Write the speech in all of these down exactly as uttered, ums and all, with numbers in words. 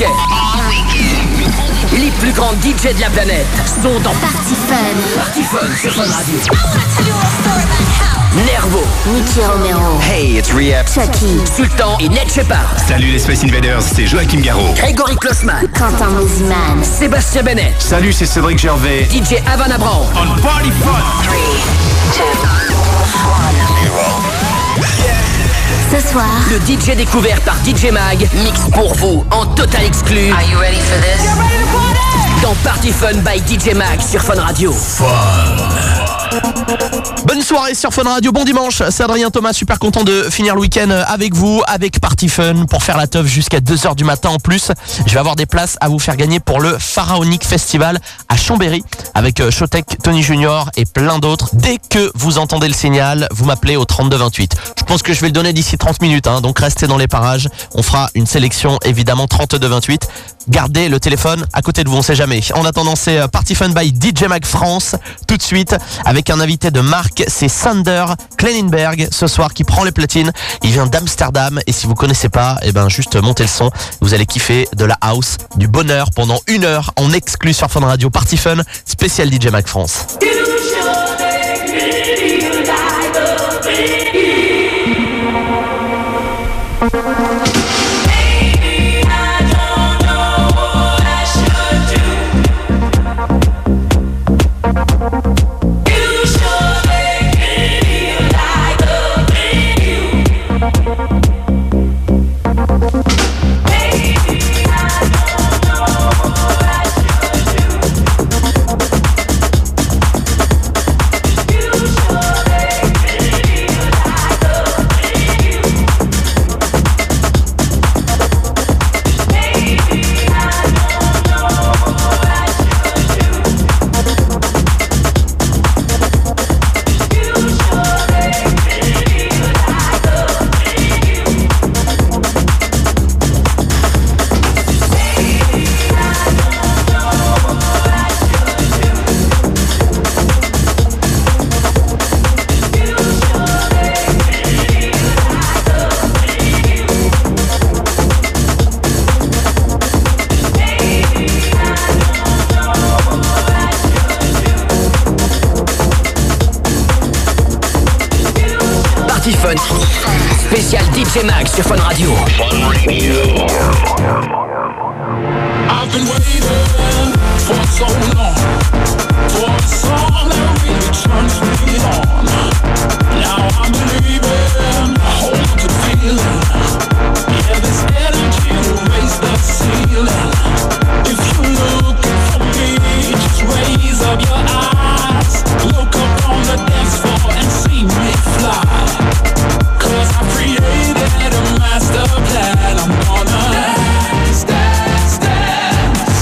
week-end. Les plus grands D J de la planète sont dans Party Fun. Party Fun sur Fun Radio. Nervo, Nicky Romero. Hey, it's Rehab. Chucky. Sultan et Ned Shepard. Salut les Space Invaders, c'est Joachim Garraud. Grégory Klossman. Quentin Moziman. Sébastien Bennett. Salut, c'est Cédric Gervais. D J Havana Brown. On Party Fun. Ce soir, Le D J découvert par D J Mag mixe pour vous en total exclu. Are you ready for this? Dans Party Fun by D J Mag sur Fun Radio. Bonne soirée sur Fun Radio, bon dimanche, c'est Adrien Thomas, super content de finir le week-end avec vous, avec Party Fun, pour faire la teuf jusqu'à deux heures du matin. En plus, je vais avoir des places à vous faire gagner pour le Pharaonic Festival à Chambéry, avec Showtek, Tony Junior et plein d'autres. Dès que vous entendez le signal, vous m'appelez au trente-deux vingt-huit. Je pense que je vais le donner d'ici trente minutes, hein, donc restez dans les parages, on fera une sélection évidemment trente-deux vingt-huit. Gardez le téléphone à côté de vous, on sait jamais. En attendant, c'est Party Fun by D J Mag France, tout de suite, avec un invité de marque, c'est Sander Klenenberg, ce soir, qui prend les platines. Il vient d'Amsterdam, et si vous connaissez pas, eh ben, juste montez le son. Vous allez kiffer de la house, du bonheur pendant une heure, en exclu sur Fun Radio. Party Fun, spécial D J Mag France. Spécial D J Mag sur Fun Radio. Fun Radio. I've been waiting for so long for a song that really turns me on. Now I'm believing, hold on to the feeling. Yeah, this energy will raise the ceiling. If you're looking for me, just raise up your eyes. Look up on the dance floor and see me fly. Cause I created a master plan. I'm gonna dance, dance, dance.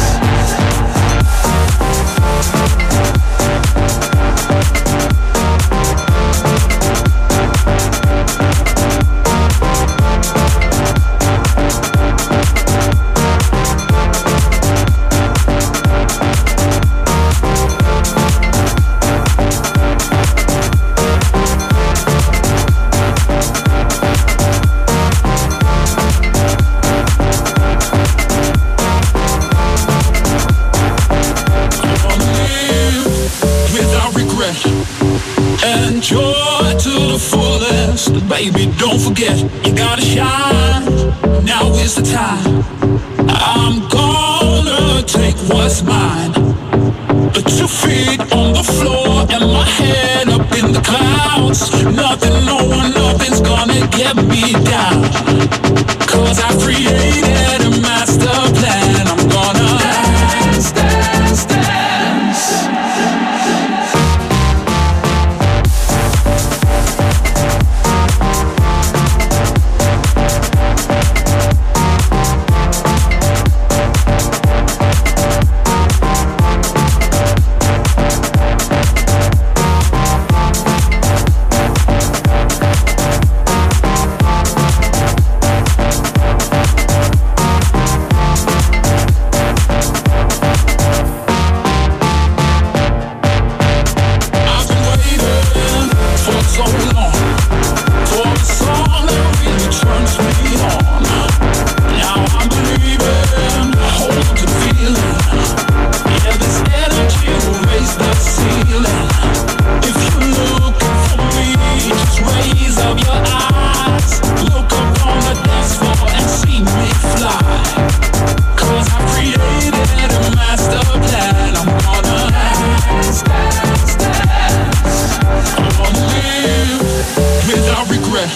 Enjoy to the fullest, baby, don't forget, you gotta shine, now is the time. I'm gonna take what's mine. The two feet on the floor and my head up in the clouds. Nothing, no one, nothing's gonna get me down. Cause I created a master plan. I'm gonna dance, dance, dance.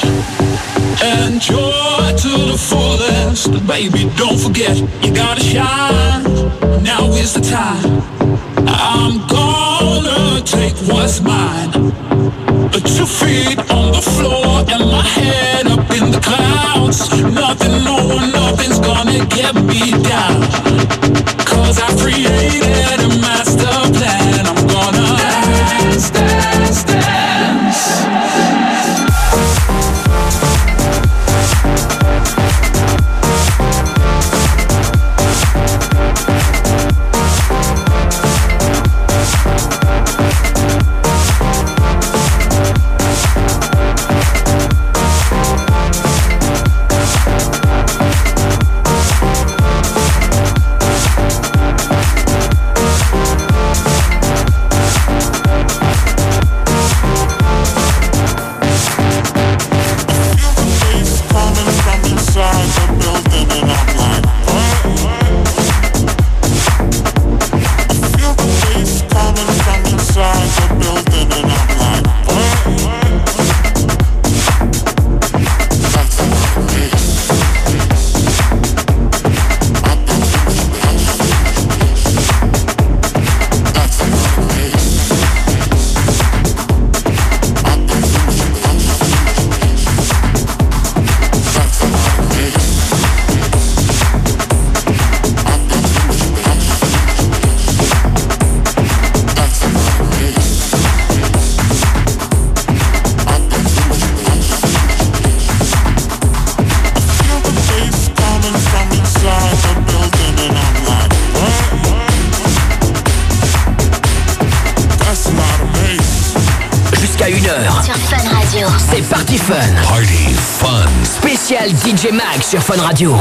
Enjoy to the fullest, baby, don't forget, you gotta shine, now is the time. I'm gonna take what's mine. Put your feet on the floor and my head up in the clouds. Nothing, no one, nothing's gonna get me down. Cause I created a master plan. I'm gonna dance, dance, dance. C'est Party Fun. Party Fun. Spécial D J Mag sur Fun Radio.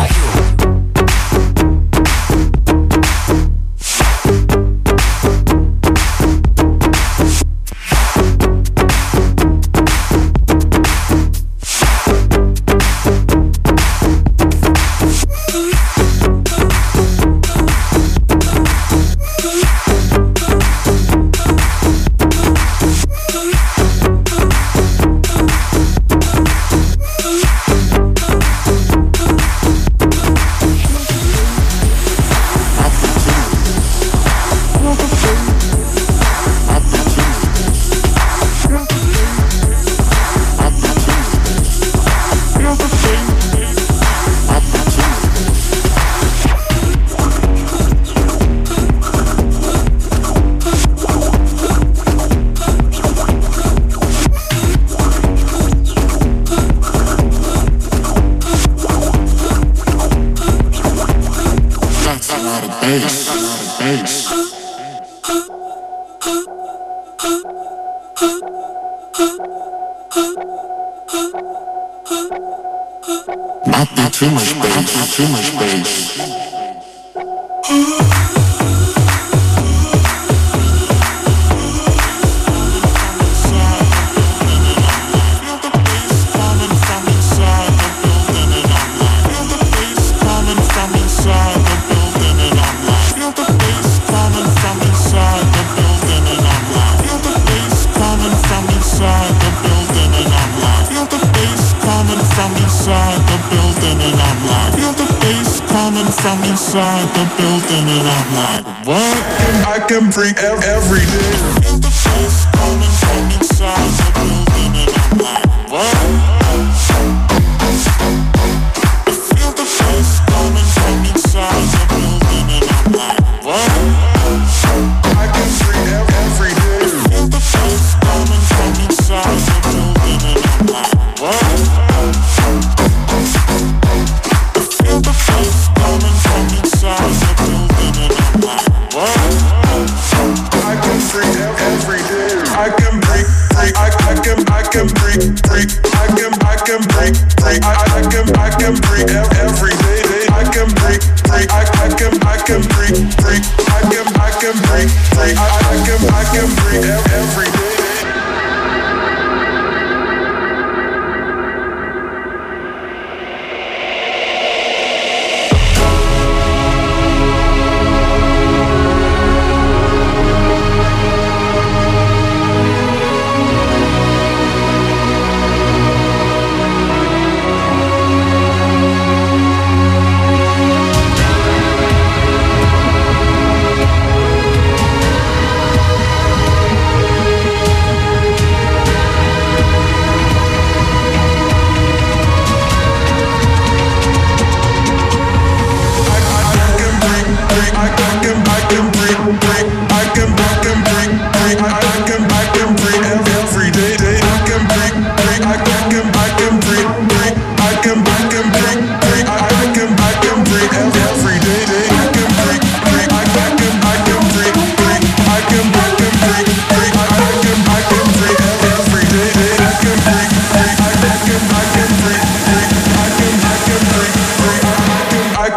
Not be too much bass, too much bass. From inside the building and I'm like, what? I can breathe every day. Feel the bass coming from inside the building and I'm like, what? I feel the bass coming from inside the building and I'm like, what? I can breathe every day. Feel the bass coming from inside the building and I'm like, what? Feel the bass coming from inside the building and I'm like, what? I can breathe every day. I can breathe, breathe. I, I can, I can breathe, breathe. I can, I can breathe, breathe. I, I can, I can breathe every day. I can breathe, breathe. I, I can, I can breathe, breathe. I can, I can breathe, breathe. I, I can, I can breathe every day.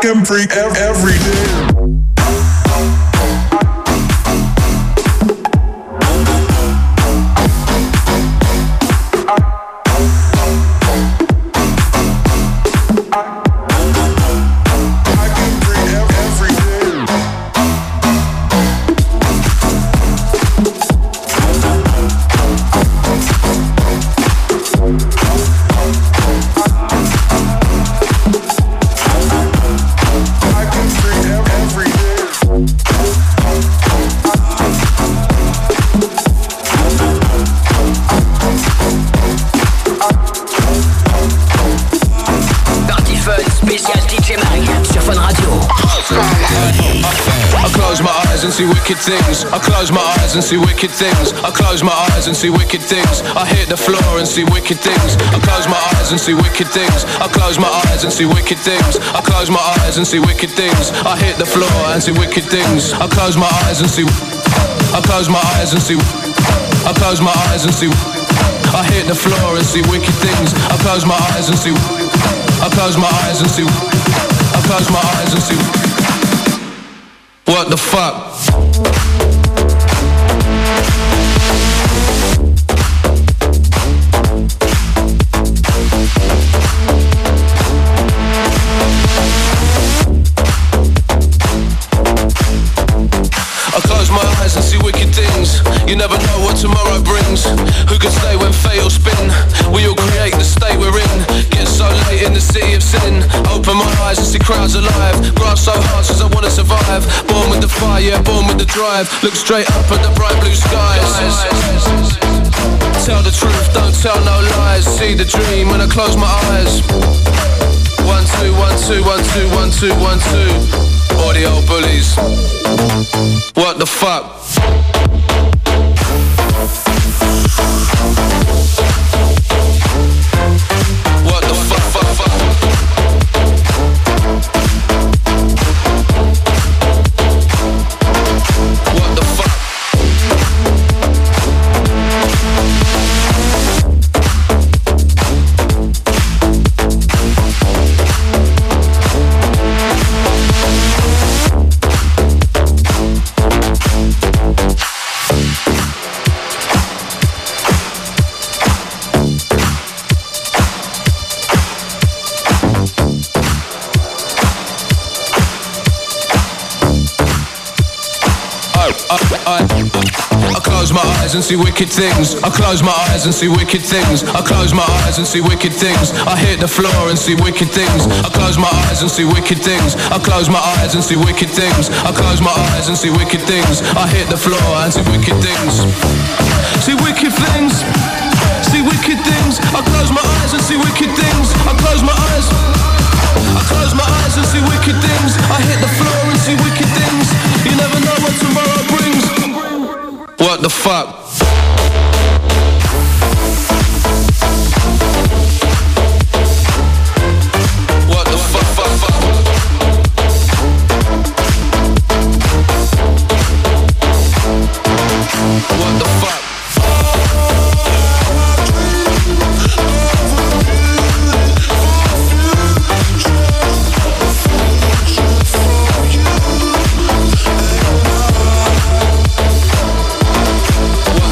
can freak ev- every day. See wicked things. I close my eyes and see wicked things. I close my eyes and see wicked things. I hit the floor and see wicked things. I close my eyes and see wicked things. I close my eyes and see wicked things. I close my eyes and see wicked things. I hit the floor and see wicked things. I close my eyes and see. I close my eyes and see. I close my eyes and see. I hit the floor and see wicked things. I close my eyes and see. I close my eyes and see. I close my eyes and see. What the fuck? I close my eyes and see wicked things. You never know what tomorrow brings. Who can stay when fate will spin? We all create the state we're in. Get so late in the city of sin. Open my eyes and see crowds alive. Graft so hard cause I wanna survive. Born with the fire, yeah, born with the drive. Look straight up at the bright blue skies. Tell the truth, don't tell no lies. See the dream when I close my eyes. One, two, one, two, one, two, one, two, one, two. All the old bullies. What the fuck? What the fuck, fuck, fuck? What the fuck? I, I close my eyes and see wicked things. I close my eyes and see wicked things. I close my eyes and see wicked things. I hit the floor and see wicked things. I close my eyes and see wicked things. I close my eyes and see wicked things. I close my eyes and see wicked things. I hit the floor and see wicked things. See wicked things. See wicked things. I close my eyes and see wicked things. I close my eyes. I close my eyes and see wicked things. I hit the floor and see wicked things. You never know what tomorrow brings. What the fuck? What the fuck, fuck, fuck? What the fuck? What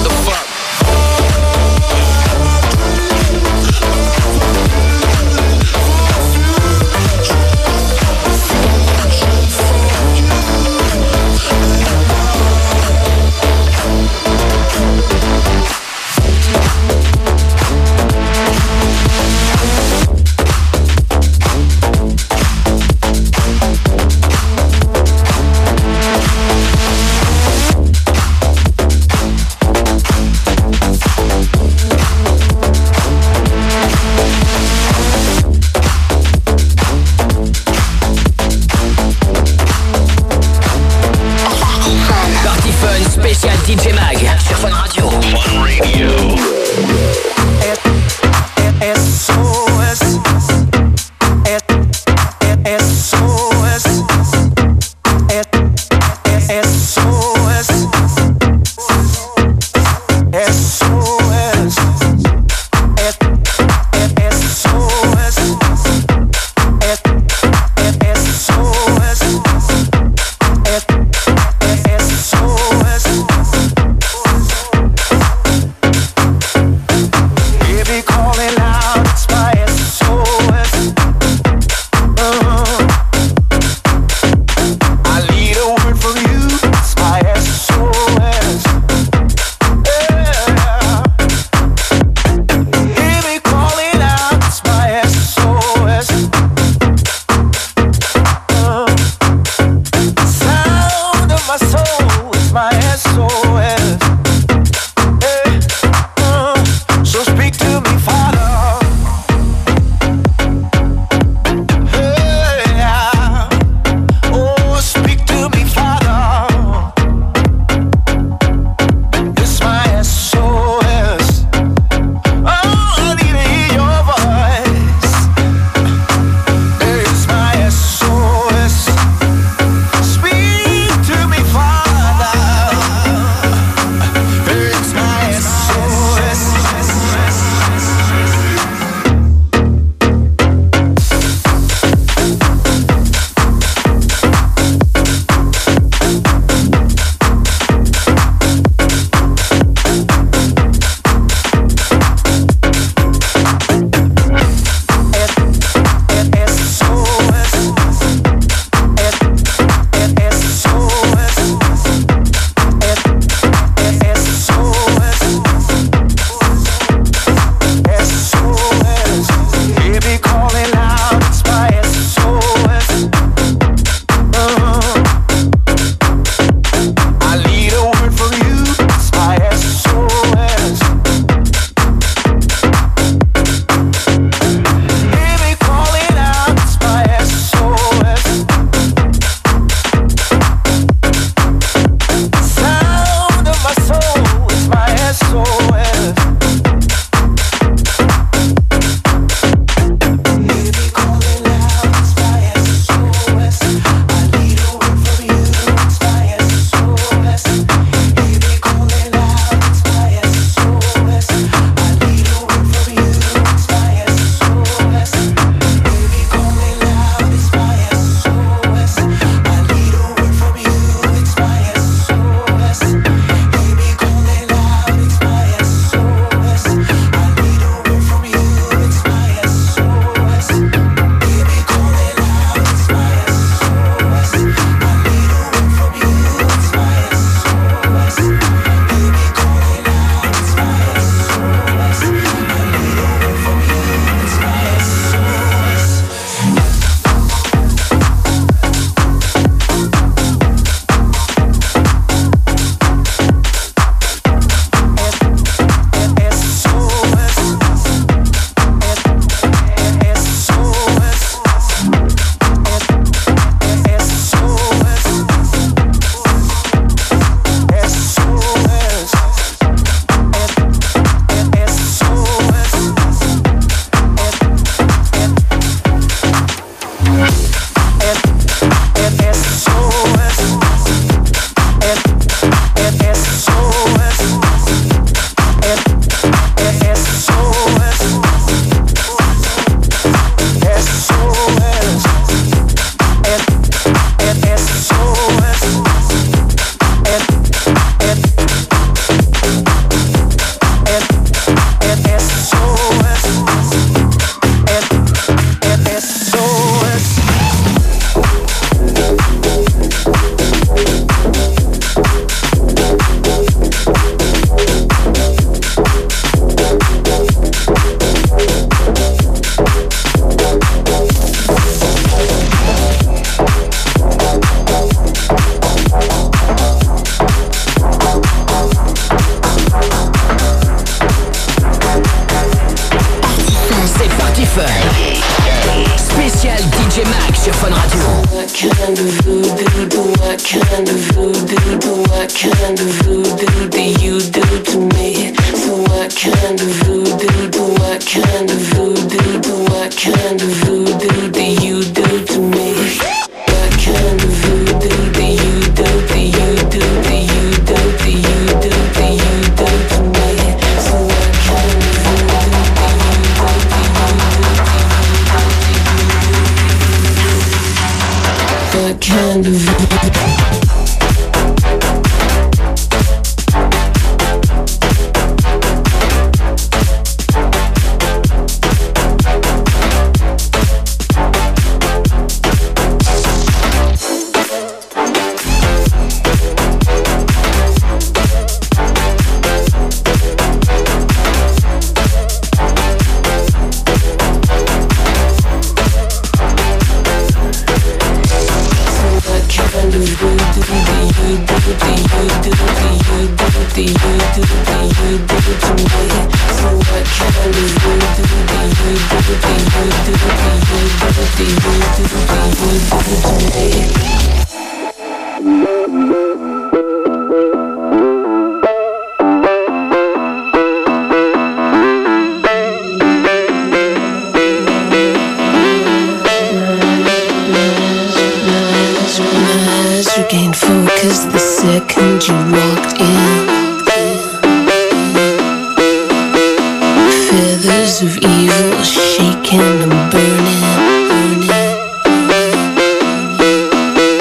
Shaking and burning, burning.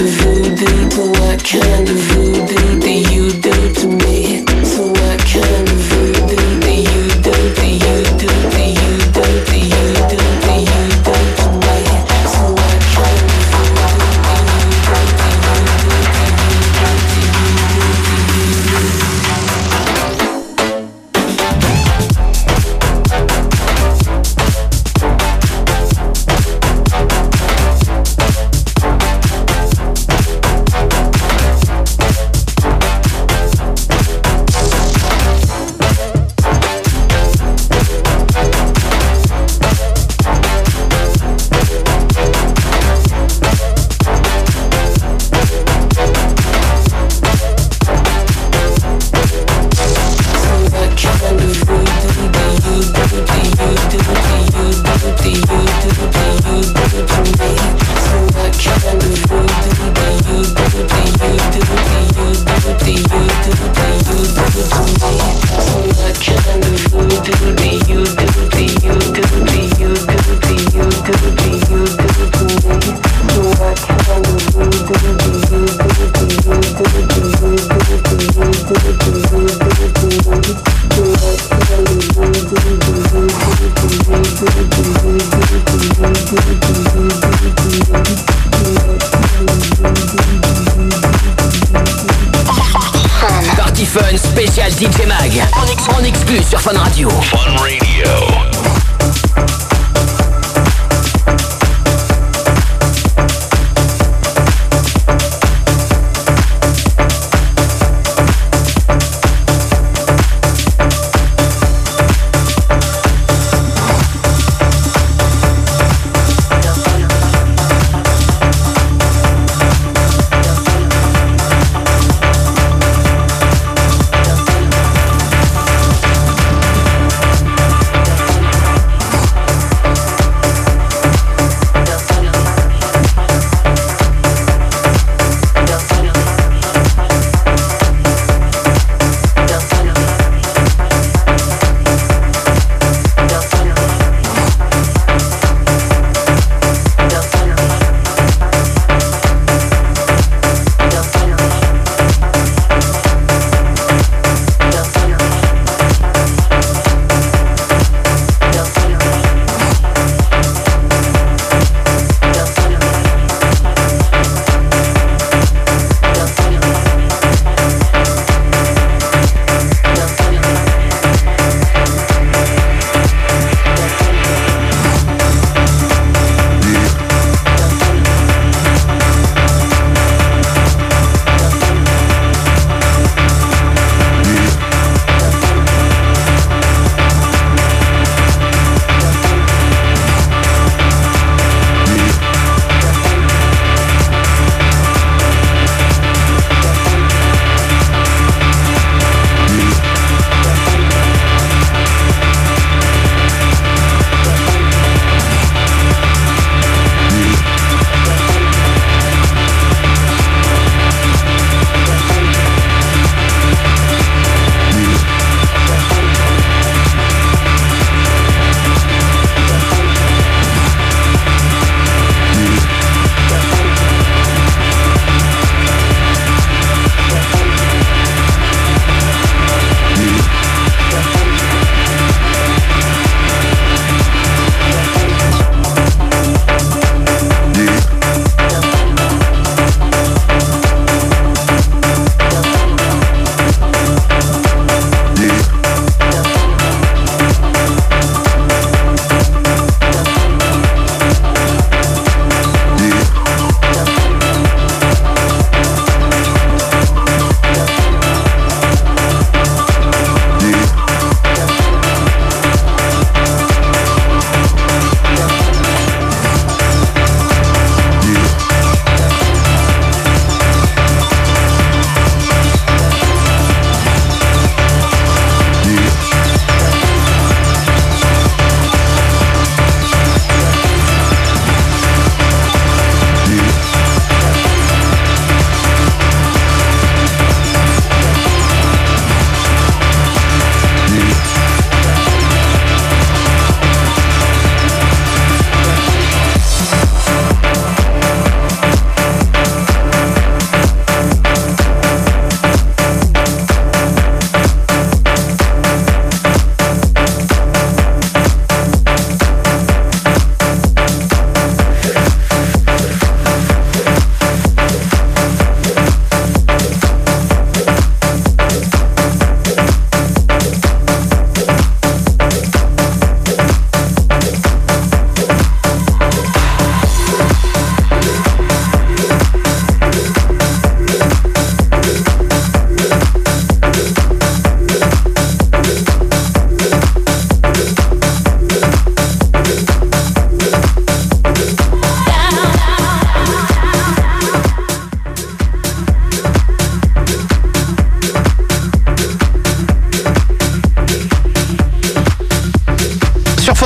Party Fun spécial D J Mag en, ex en exclu sur Fun Radio. Fun Radio.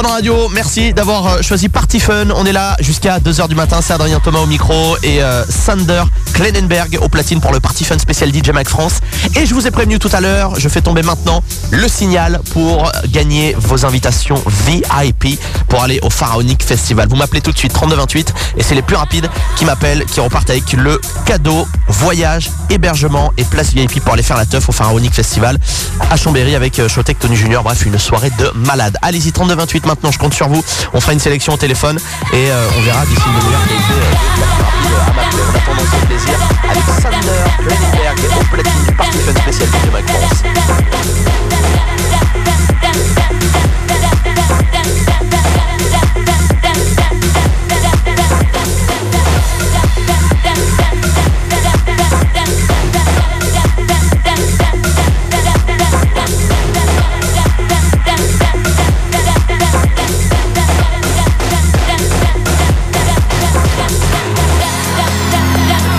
Fun Radio, merci d'avoir choisi Party Fun. On est là jusqu'à deux heures du matin. C'est Adrien Thomas au micro et euh, Sander Klenenberg au platine pour le Party Fun spécial D J Mag France. Et je vous ai prévenu tout à l'heure, je fais tomber maintenant le signal pour gagner vos invitations V I P pour aller au Pharaonic Festival. Vous m'appelez tout de suite trente-deux vingt-huit et c'est les plus rapides qui m'appellent, qui repartent avec le cadeau, voyage, hébergement et place V I P pour aller faire la teuf au Pharaonic Festival à Chambéry avec Showtek, Tony Junior. Bref, une soirée de malade. Allez-y, trente-deux vingt-huit maintenant, je compte sur vous. On fera une sélection au téléphone et euh, on verra d'ici une demi-heure qui a été euh, rapide à m'appeler. En attendant, c'est plaisir avec Sander Klenenberg au platine du Party Fun spécial D J Mag France. Yeah.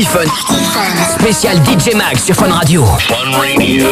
Party Fun. Spécial D J Mag sur Fun Radio. Fun Radio.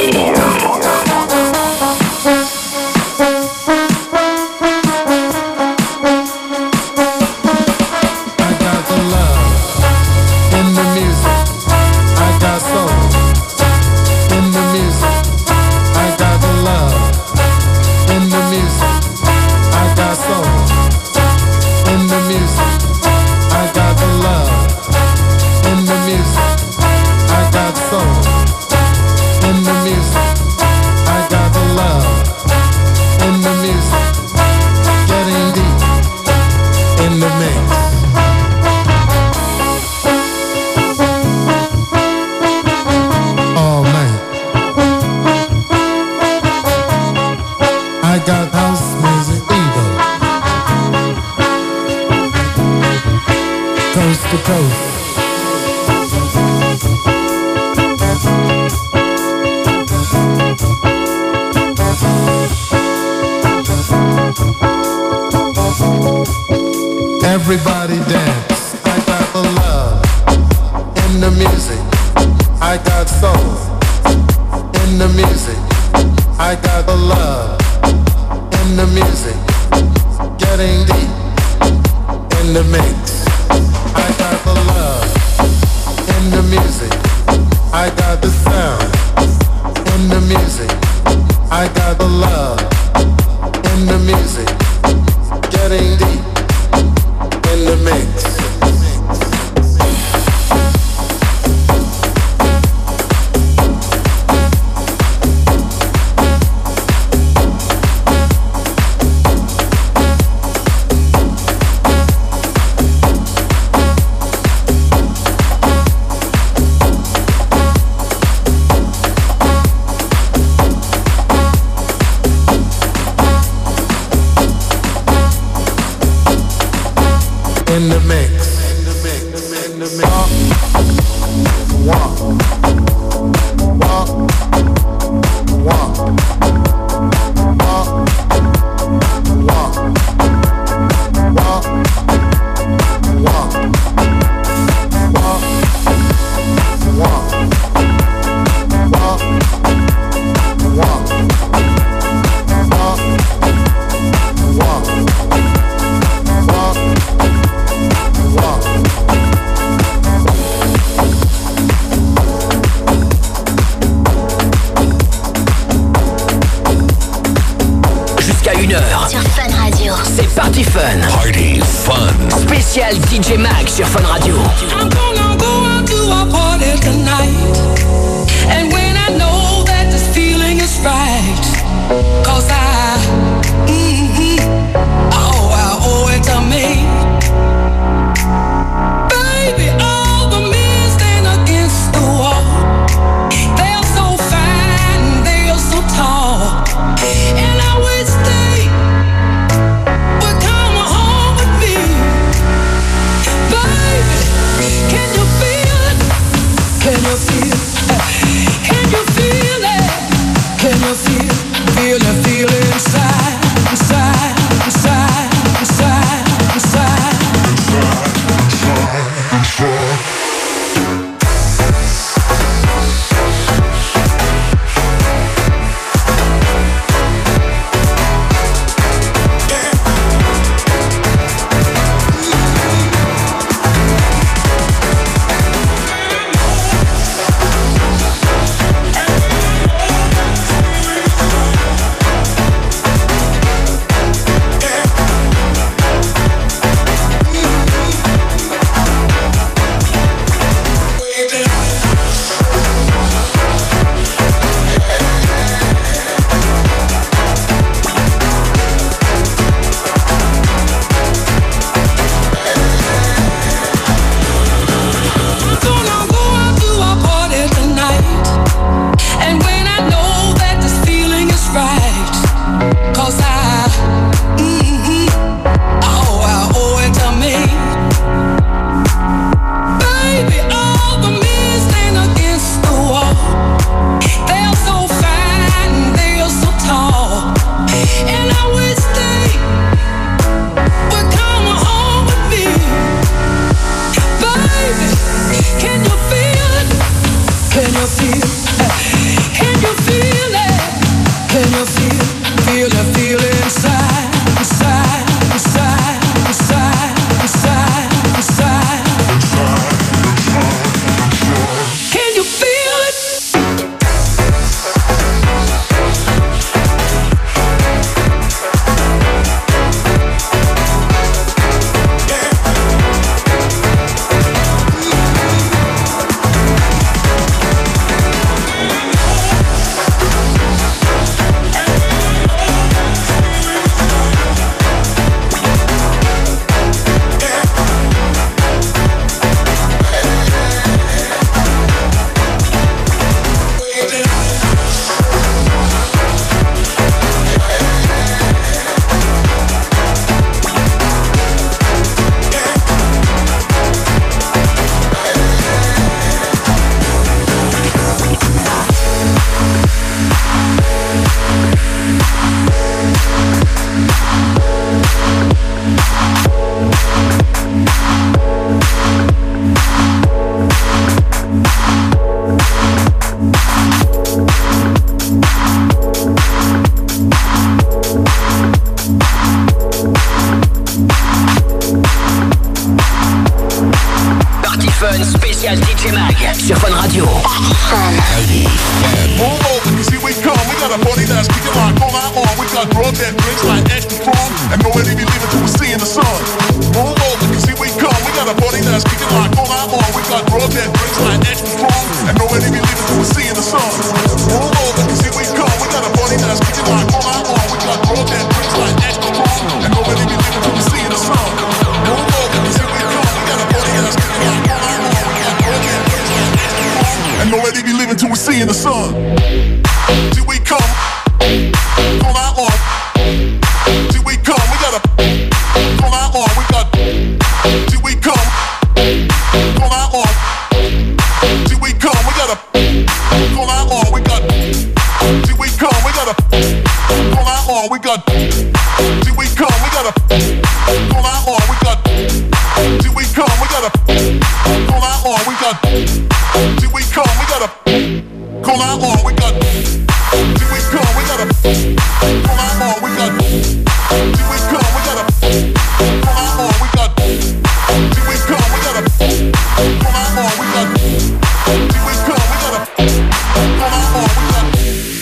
Everybody dance. I got the love in the music. I got soul in the music. I got the love in the music. Getting deep in the mix. I got the love in the music. I got the sound in the music. I got the love in the music. Getting deep in the mix. In the mix. In the mix. In the mix. Walk. Walk. Walk. Walk. Walk. Walk. Walk. Walk. Walk. Walk. Walk. Walk. Walk. Walk. Jusqu'à une heure. Sur Fun Radio. C'est Party Fun. Party Fun. Spécial D J Mag sur Fun Radio. I'm gonna go out to a party tonight. And when I know that this feeling is right, cause I, mm-hmm, oh, I owe it to me. Baby, all the men stand against the wall. They're so fine, they're so tall. And I wish they would come home with me. Baby, can you feel it? Can you feel it? Can you feel it? Can you feel, feel it, feel it inside, inside, inside, inside, inside. We'll be right back. got drugs that drinks like extra strong, and nobody be leaving till we see in the sun. Move over, cause here we come. We got a party that's kicking like all night long. We got drugs that drinks like extra strong, and nobody be leaving till we see in the sun. Move over, cause here we come. We got a party that's kicking like all night long. We got drugs that drinks like extra strong, and nobody be leaving till we see in the sun. Move over, cause here we come. We got a party that's kicking like all night long. We got drugs that drinks like extra strong, and nobody be leaving till we see in the sun. Here we come. All night long. Here we come. We got a all night long. We got. Here we come. All night long. Here we come. We got a all night long. We got. Here we come. We got a all night long. We got. Here we come. We got a all night long. We got. Here we come. We got a all night long. We got. Here we come. We got a all night long. We got. Here we come. We got a all night long. We got. Here we come. We got a all night long. We got. Here we come. We got a all night long. We got. Here we come. We got a all night long. We got.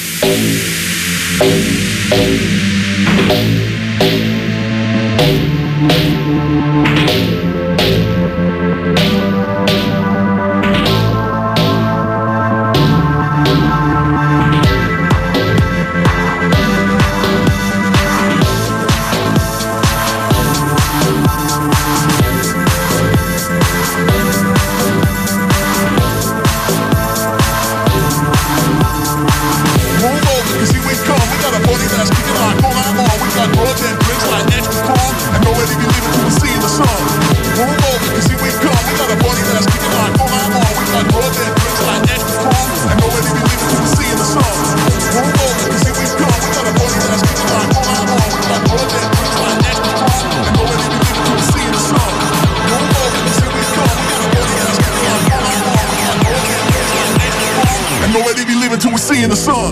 Until we see in the sun.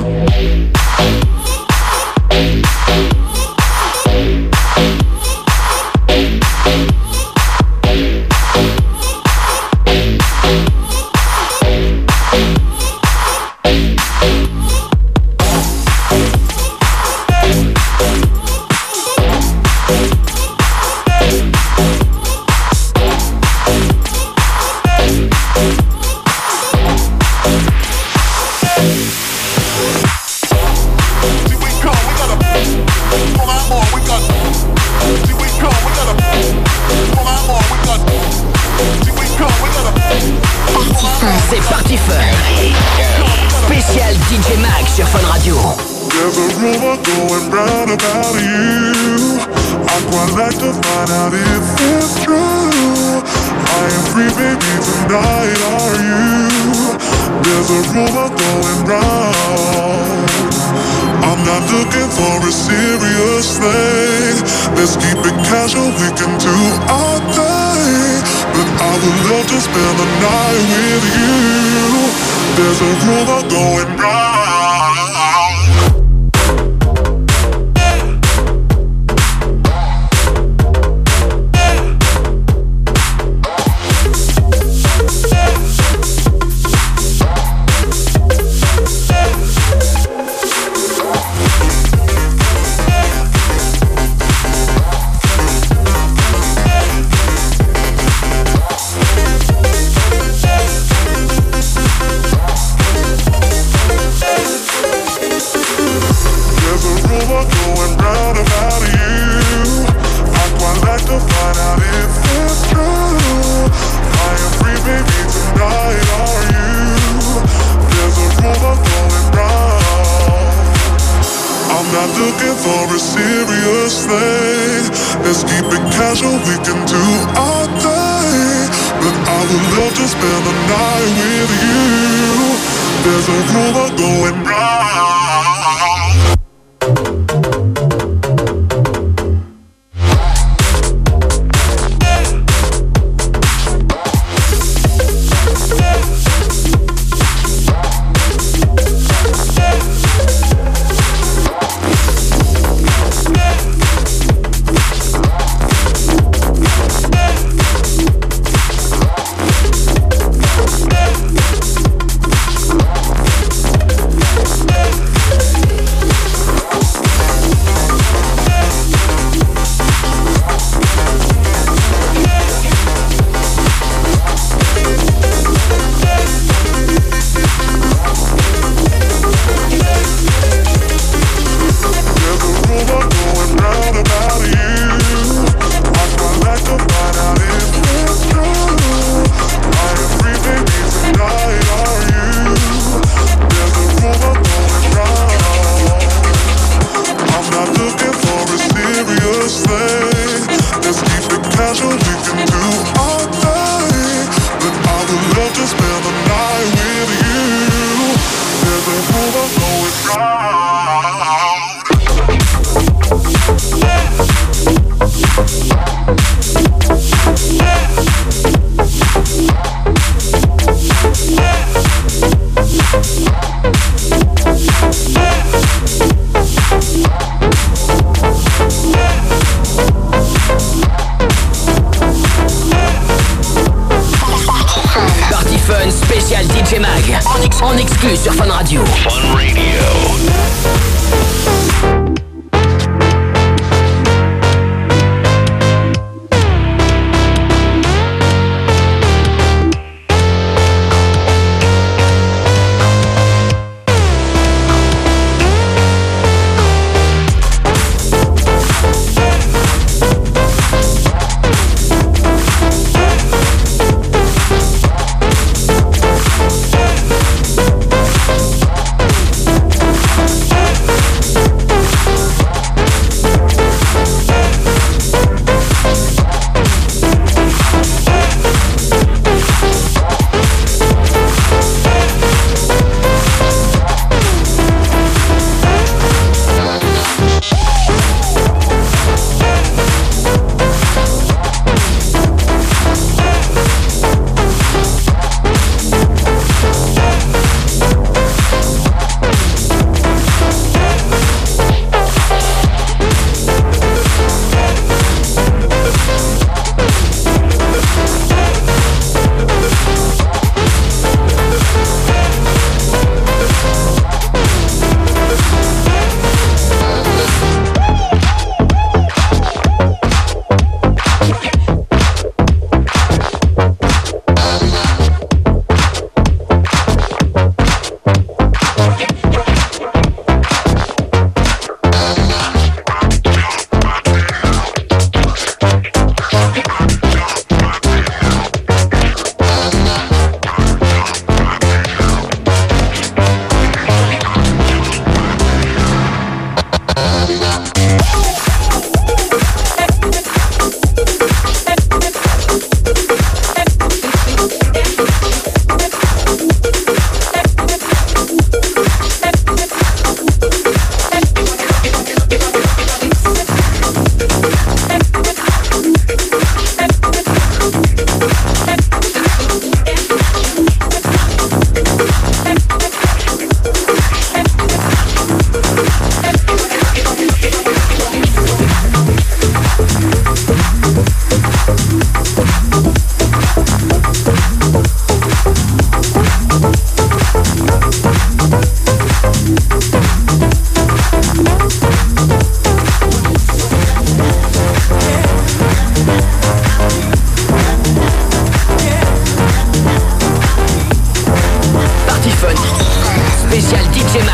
C'est parti fun. Spécial D J Mag sur Fun Radio. There's a rumor going round about you. I'd quite like to find out if it's true. I am free, baby, tonight, are you? There's a rumor going round. I'm not looking for a serious thing. Let's keep it casual, we can do our thing. But I would love to spend the night with you. There's a rumor going round.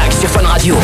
Mag sur Fun Radio.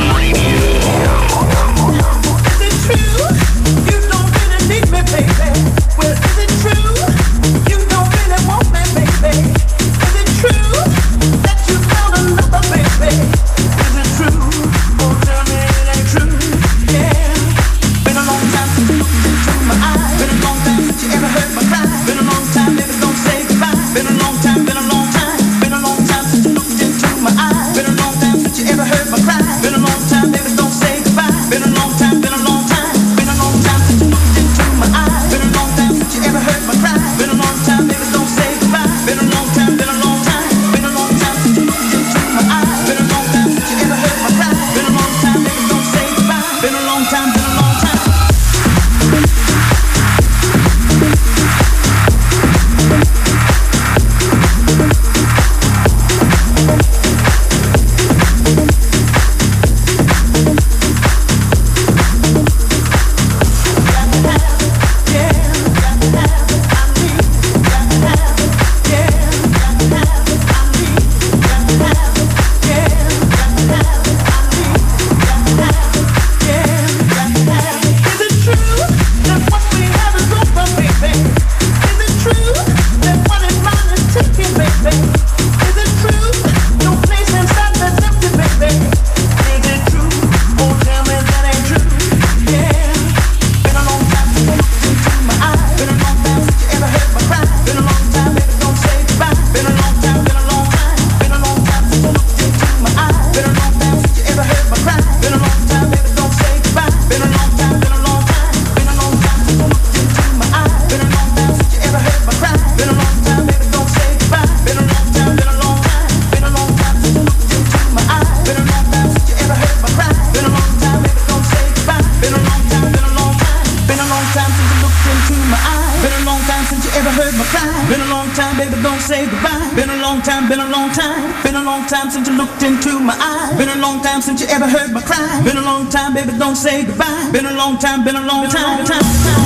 Don't say goodbye. Been a long time, been a long time, time, time.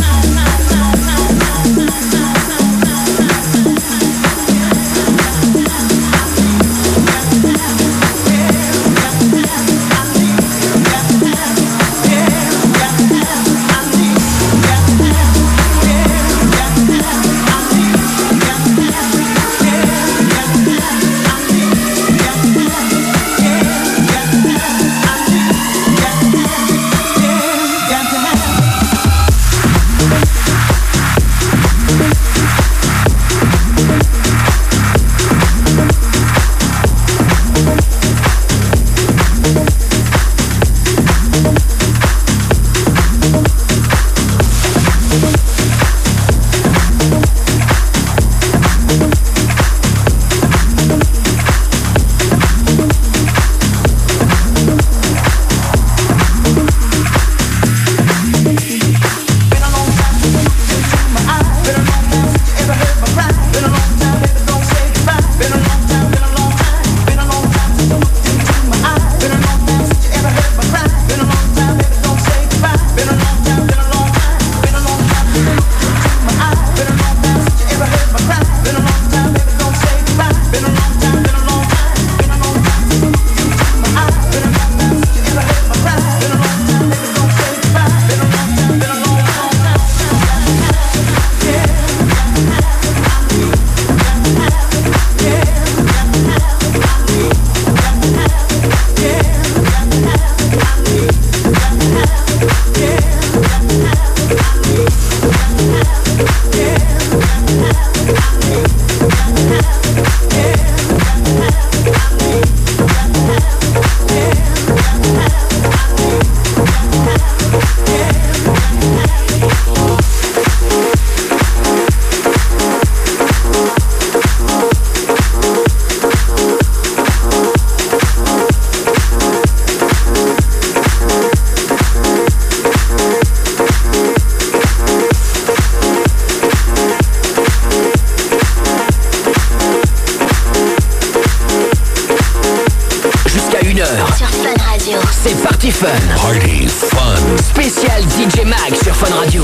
C'est Party Fun. Party Fun. Spécial D J Mag sur Fun Radio.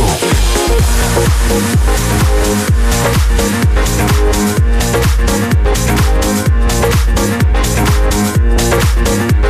We'll be right back.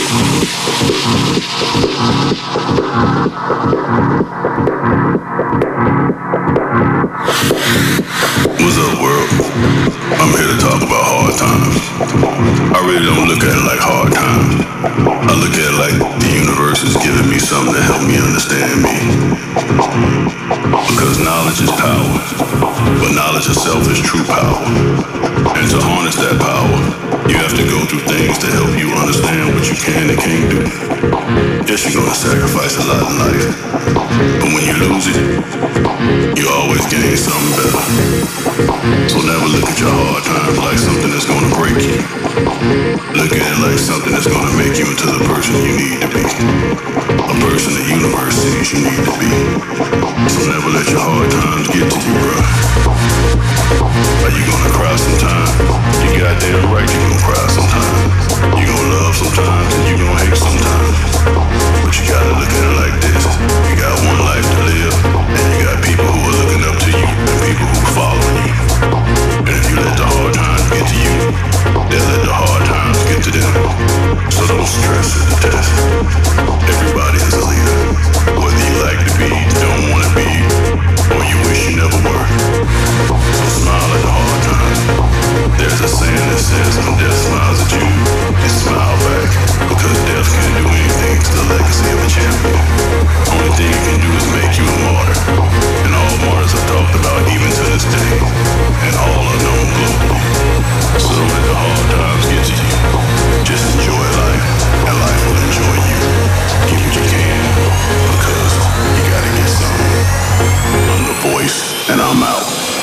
What's up, world? I'm here to talk about hard times. I really don't look at it like hard times. I look at it like the universe is giving me something to help me understand me. Because knowledge is power, but knowledge itself is true power. And to harness that power, you have to go through things to help you understand what you can and can't do. Yes, you're gonna sacrifice a lot in life, but when you lose it, you always gain something better. So never look at your hard times like something that's gonna break you. Look at it like something that's gonna make you into the person you need to be. A person the universe sees you need to be. So never let your hard times get to you, bro. Are you gonna cry sometime? You goddamn right you gonna cry sometime. You gonna love sometimes and you gonna hate sometimes. But you gotta look at it like this. You got one life to live, and you got people who are looking up to you and people who are following you. And if you let the hard times get to you, they'll let the hard times get to them. So don't stress it to death. Everybody is a leader. Whether you like to be, don't want to be, or you wish you never were. So smile at the hard times. There's a saying that says when death smiles at you, you smile back. Because death can't do anything to the legacy of a champion. Only thing it can do is make you a martyr. And all martyrs are talked about even to this day. And all are known globally. So don't let the hard times get to you. Just enjoy life, and life will enjoy you. Get what you can, because you gotta get something. I'm the voice, and I'm out.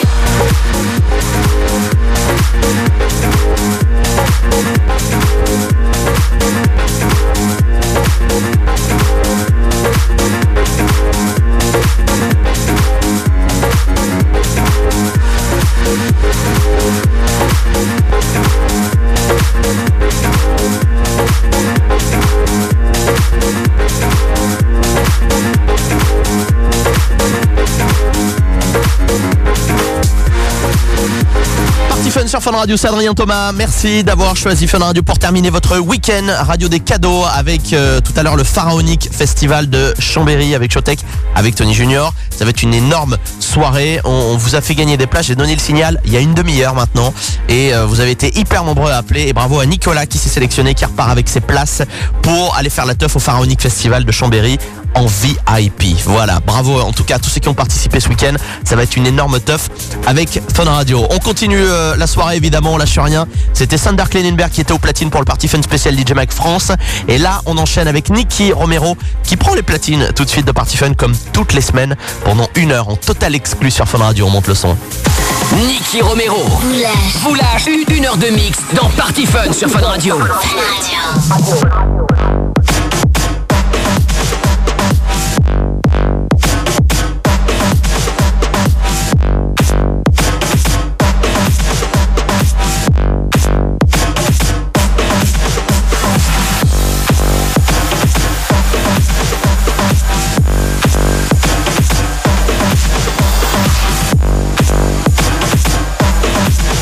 Fun sur Fun Radio, c'est Adrien Thomas. Merci d'avoir choisi Fun Radio pour terminer votre week-end radio des cadeaux avec euh, tout à l'heure le Pharaonic Festival de Chambéry avec Showtek, avec Tony Junior. Ça va être une énorme soirée. On, on vous a fait gagner des places. J'ai donné le signal il y a une demi-heure maintenant et euh, vous avez été hyper nombreux à appeler. Et bravo à Nicolas qui s'est sélectionné, qui repart avec ses places pour aller faire la teuf au Pharaonic Festival de Chambéry en V I P. Voilà, bravo en tout cas à tous ceux qui ont participé ce week-end. Ça va être une énorme teuf avec Fun Radio. On continue euh, la soirée évidemment, on lâche rien. C'était Sander Klenenberg qui était au platine pour le Party Fun spécial D J Mag France. Et là on enchaîne avec Nicky Romero qui prend les platines tout de suite de Party Fun comme toutes les semaines pendant une heure en total exclu sur Fun Radio. On monte le son. Nicky Romero Vous lâche. vous lâche une, une heure de mix dans Party Fun sur Fun Radio. Fun Radio.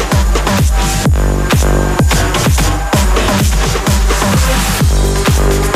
We'll be right back.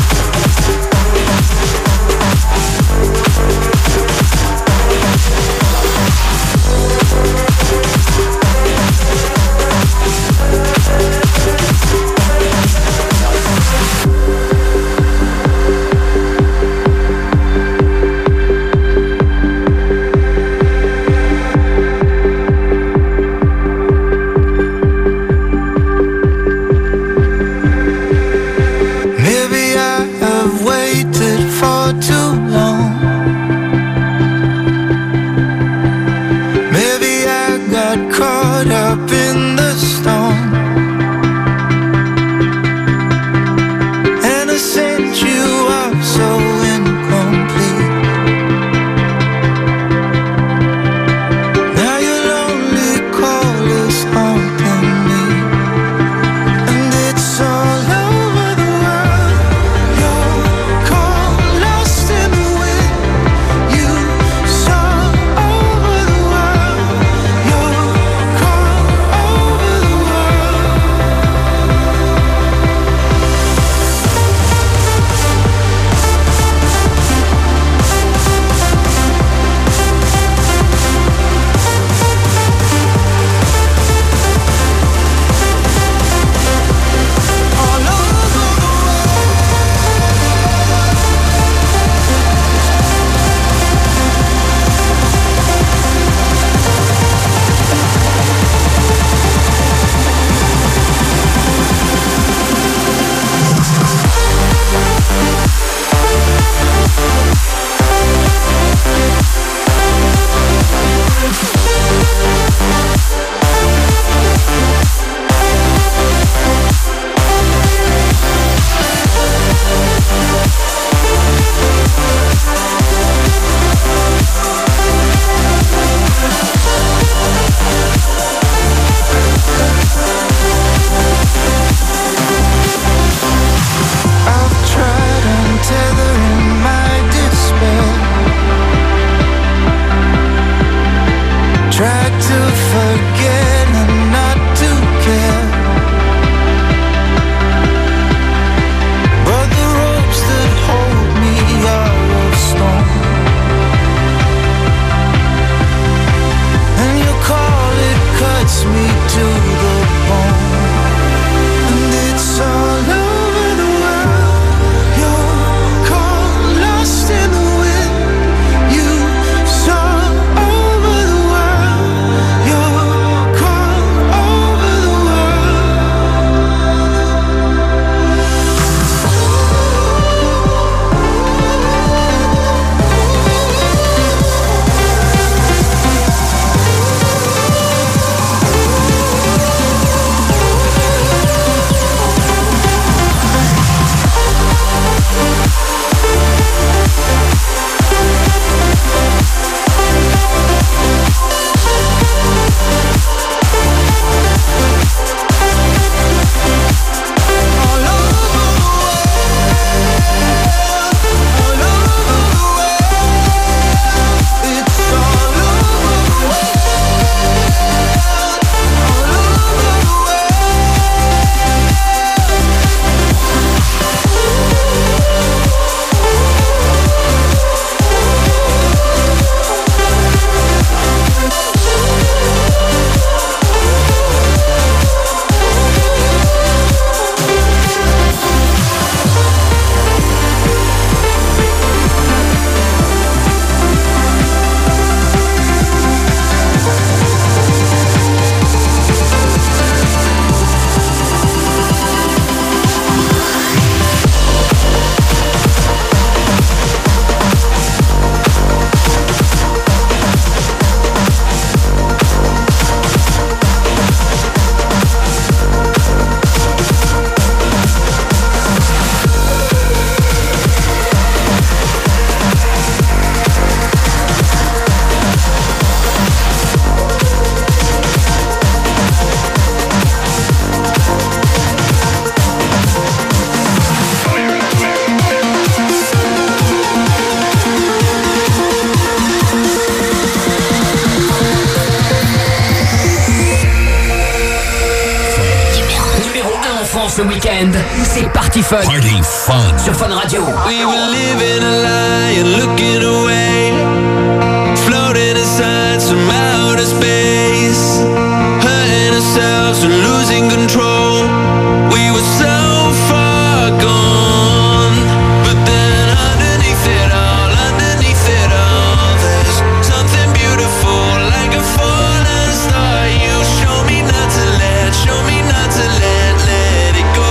ce week-end, c'est Party Fun. Party Fun. Sur Fun Radio. We were living a lie and looking away, floating inside some outer space, hurting ourselves and losing control. We were so far gone, but then underneath it all, underneath it all, there's something beautiful like a falling star. You show me not to let, show me not to let, let it go.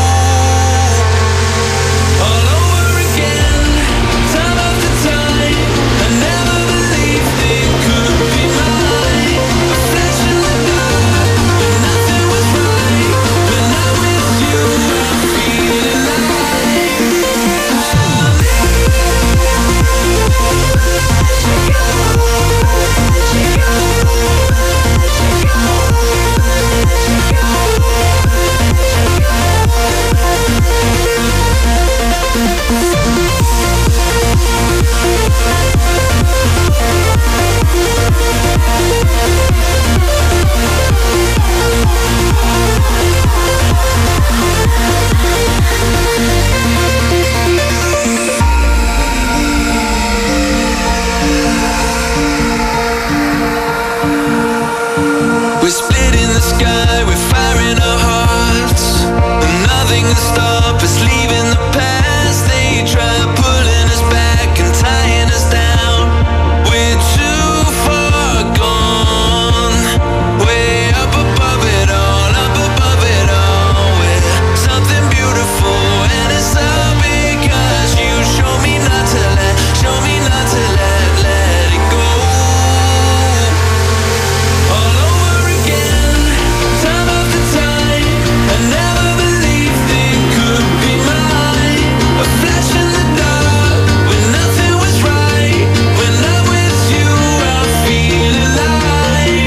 All over again, time after time, I never believed it could be mine. A flash in the dark, when nothing was right, when I'm with you, I feel alive. We're split in the sky, we're firing our hearts, and nothing to stop us leaving the past. They try pulling us back and tying us down. We're too far gone, way up above it all, up above it all. We're something beautiful, and it's all because you show me not to let, show me not to let, let it go. All over again, time after time, I never believed it could be mine. A flash in the dark, when nothing was right, when I'm with you, I feel alive.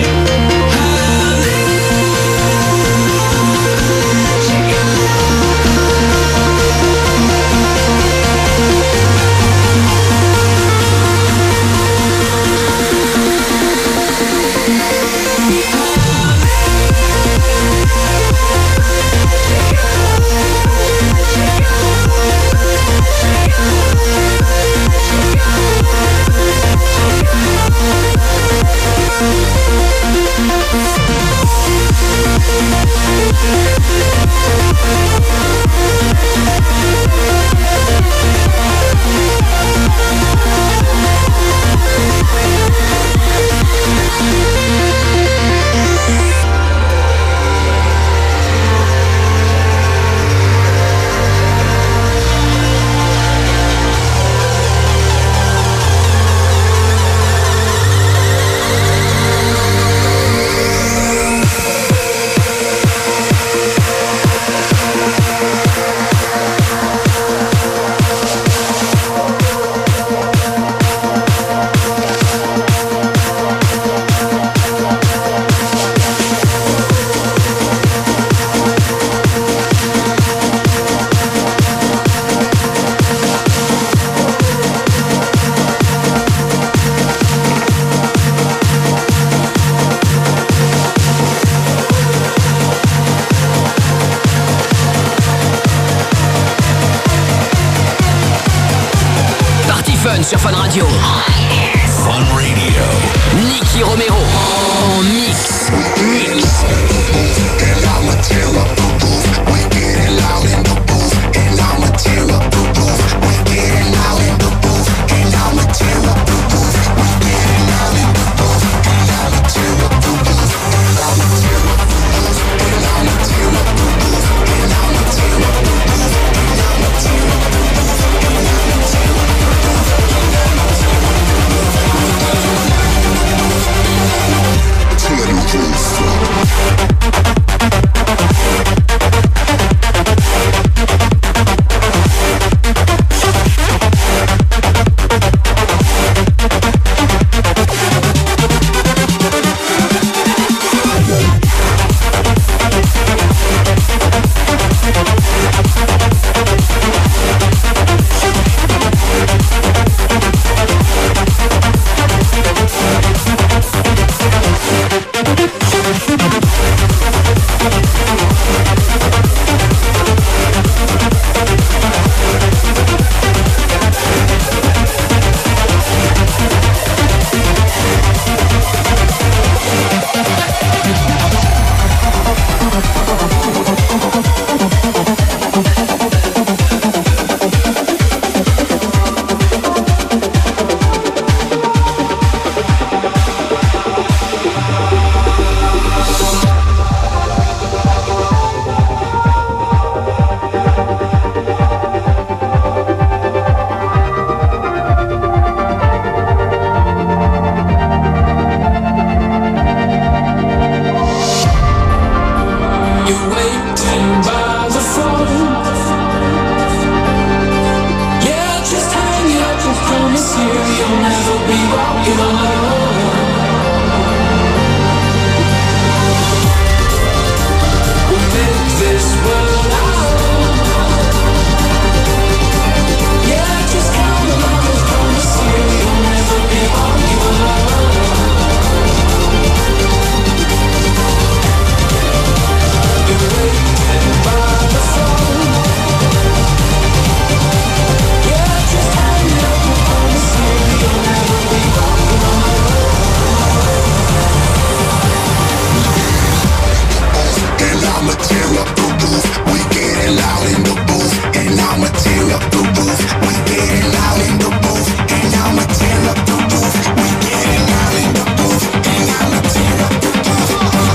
Party Fun sur Fun Radio. Fun Radio. Nicky Romero en mix. Mix. walking on my own. We make this world our own. Yeah, just count on my promise here. You'll never be walking on my own. You're waiting by the phone. Yeah, just hang it up and promise here. You'll never be walking on my own. And I'ma tear up the roof. We getting loud in the booth. And I'ma tear up the roof. We getting loud in the booth. And I'ma tear up the roof. We getting loud in the booth. And I'ma tear up the roof.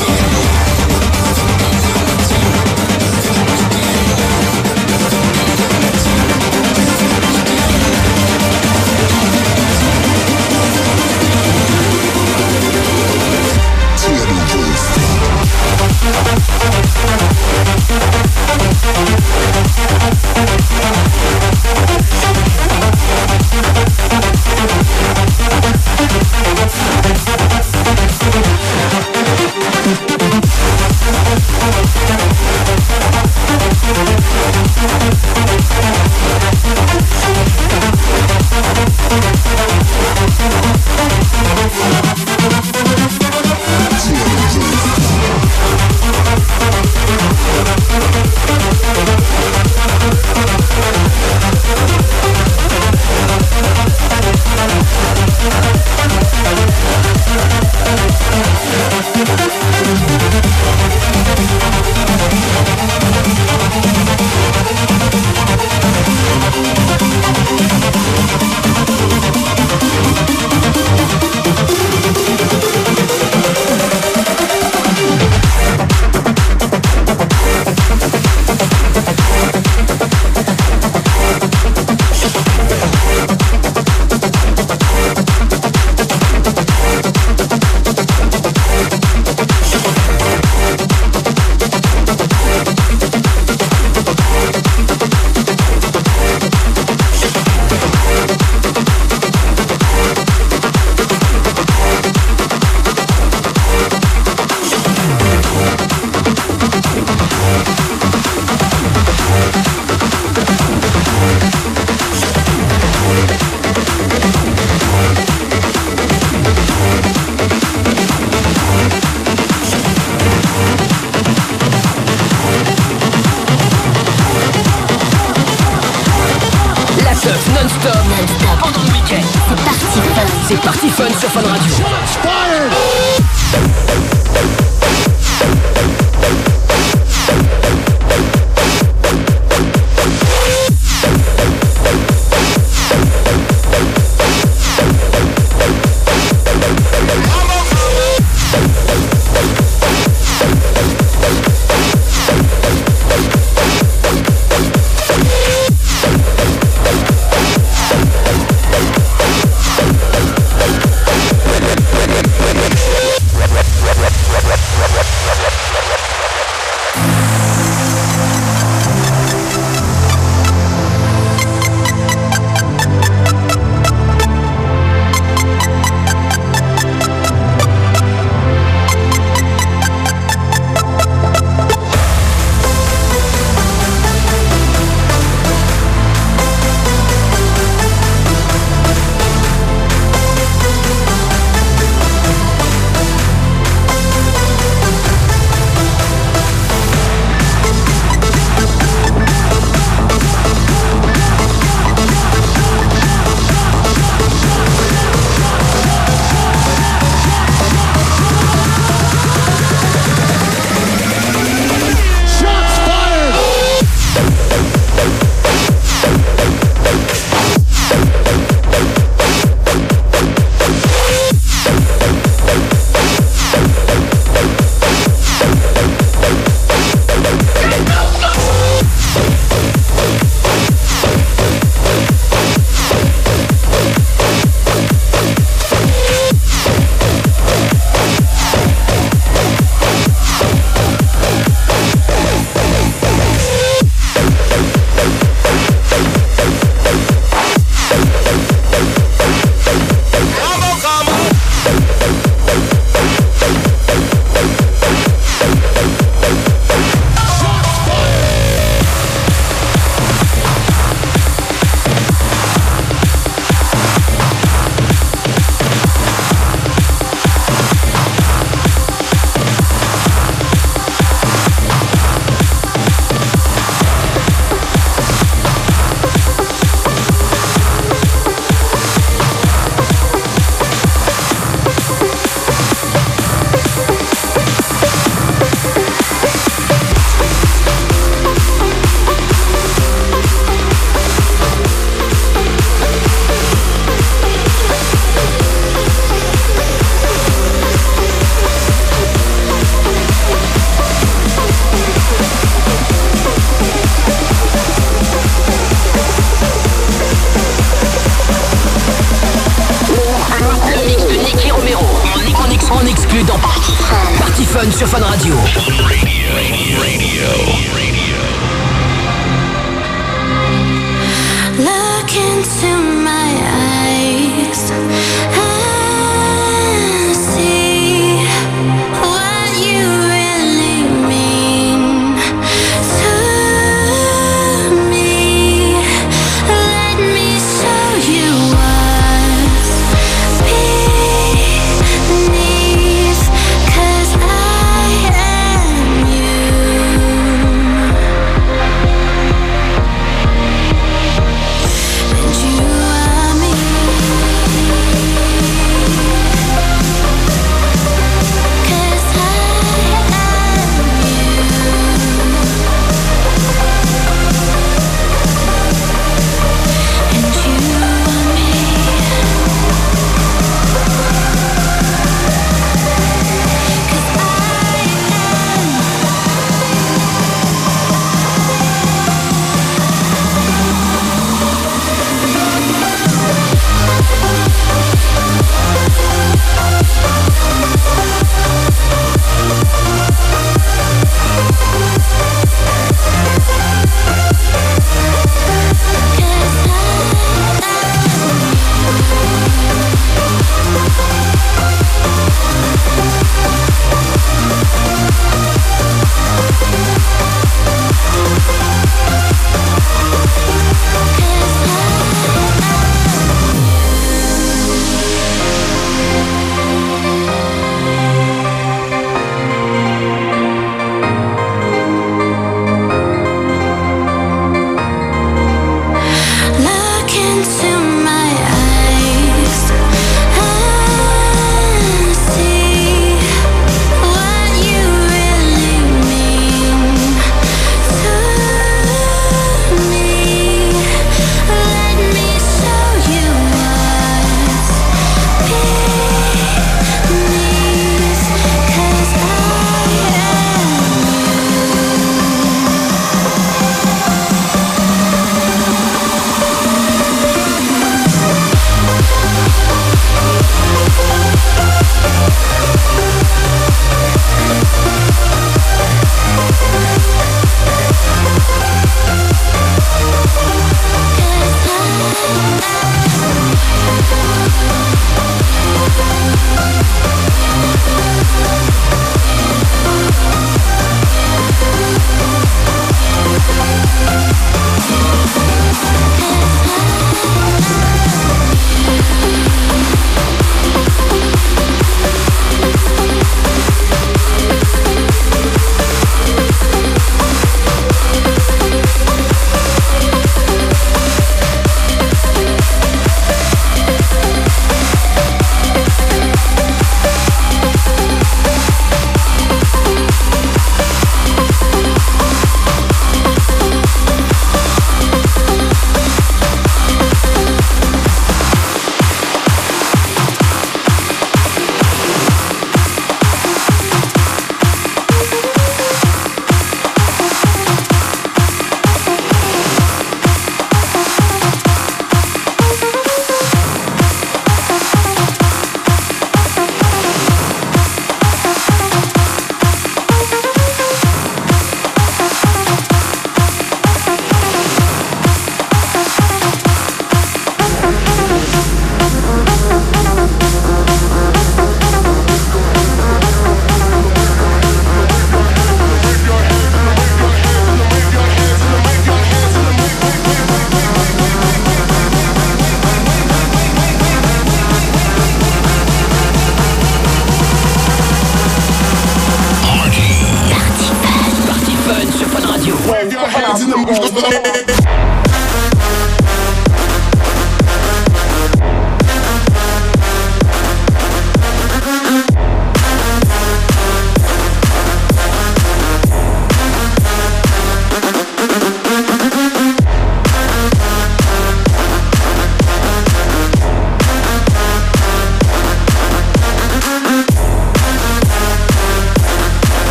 Tear the roof. Non-stop, non-stop, pendant le week-end. C'est parti fun. C'est parti fun sur Fun Radio. We'll be right back. Fun sur Fun Radio. Look into my eyes and see what you really mean to me. Let me show you what's beneath, 'cause I am you.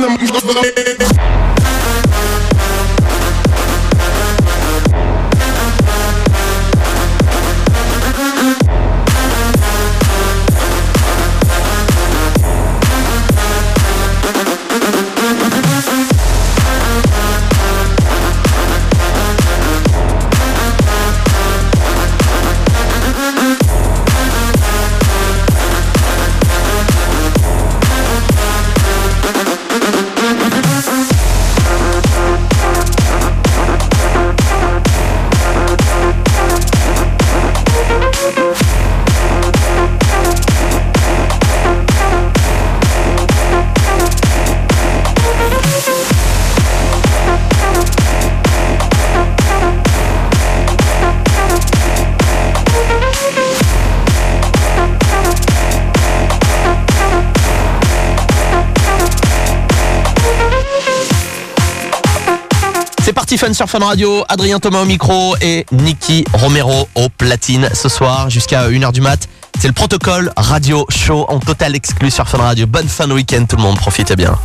Fun sur Fun Radio, Adrien Thomas au micro et Nicky Romero au platine ce soir jusqu'à une heure du mat. C'est le protocole radio show en total exclu sur Fun Radio. Bonne fin de week-end tout le monde, profitez bien.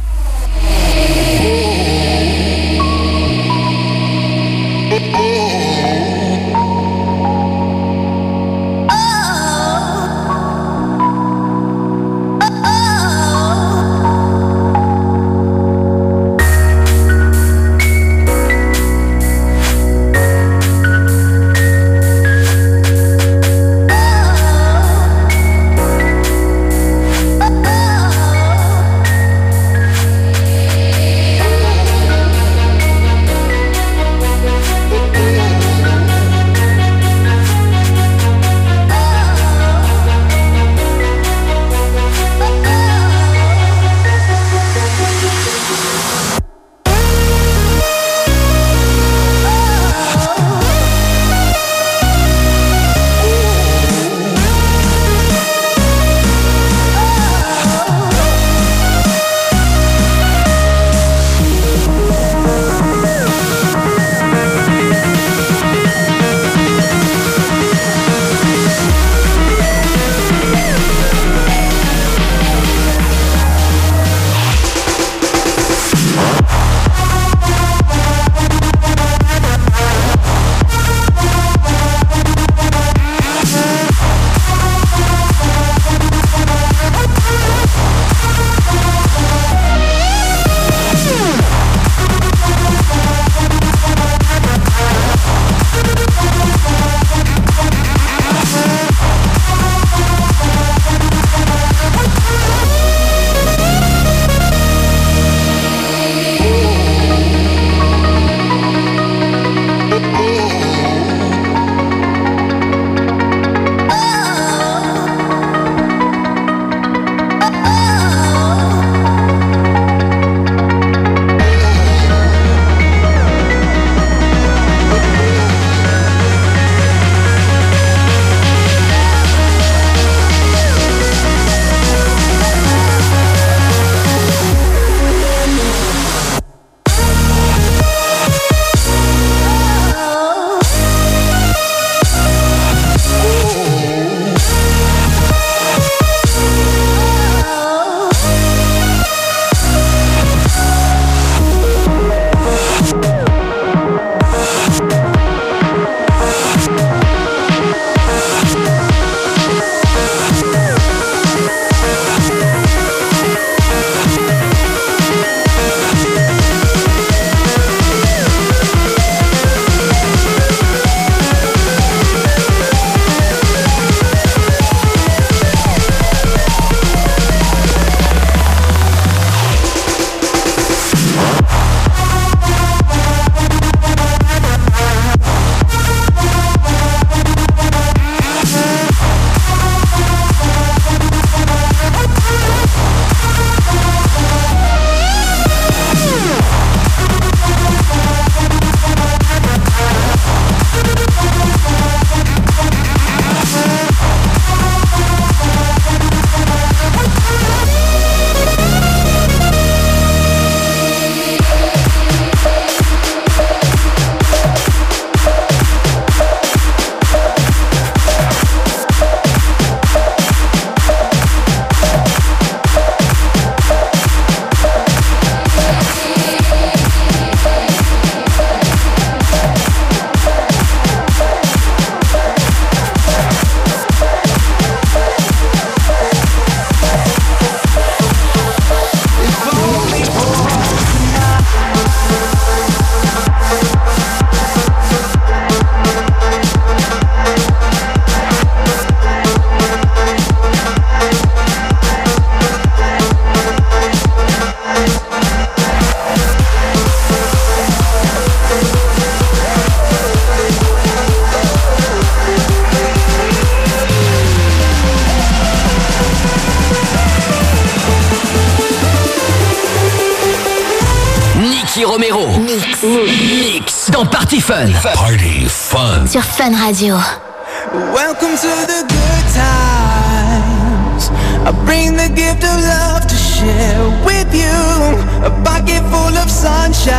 Nicky Romero. Mix. Mix. Dans Party Fun. Party Fun. Sur Fun Radio. Welcome to the good times. I bring the gift of love to share with you. A pocket full of sunshine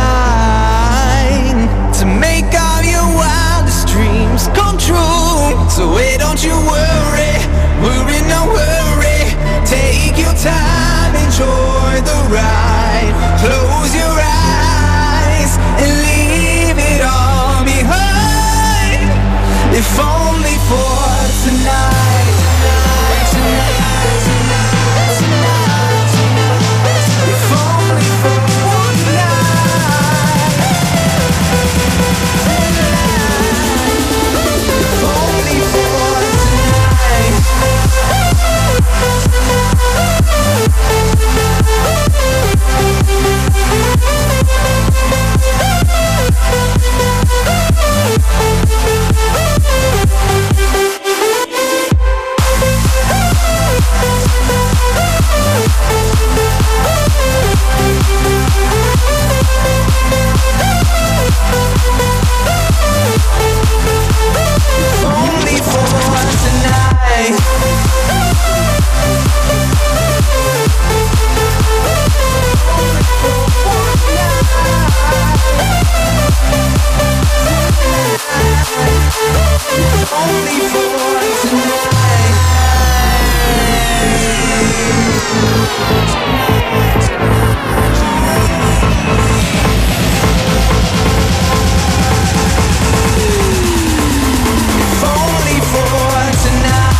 to make all your wildest dreams come true. So wait, don't you worry, we're in no hurry. Take your time, enjoy the ride. Close your eyes and leave it all behind. If only for tonight, tonight, tonight, tonight, tonight, tonight. If only for one night, tonight. If only for tonight. Only for tonight. Only for tonight. If only for tonight.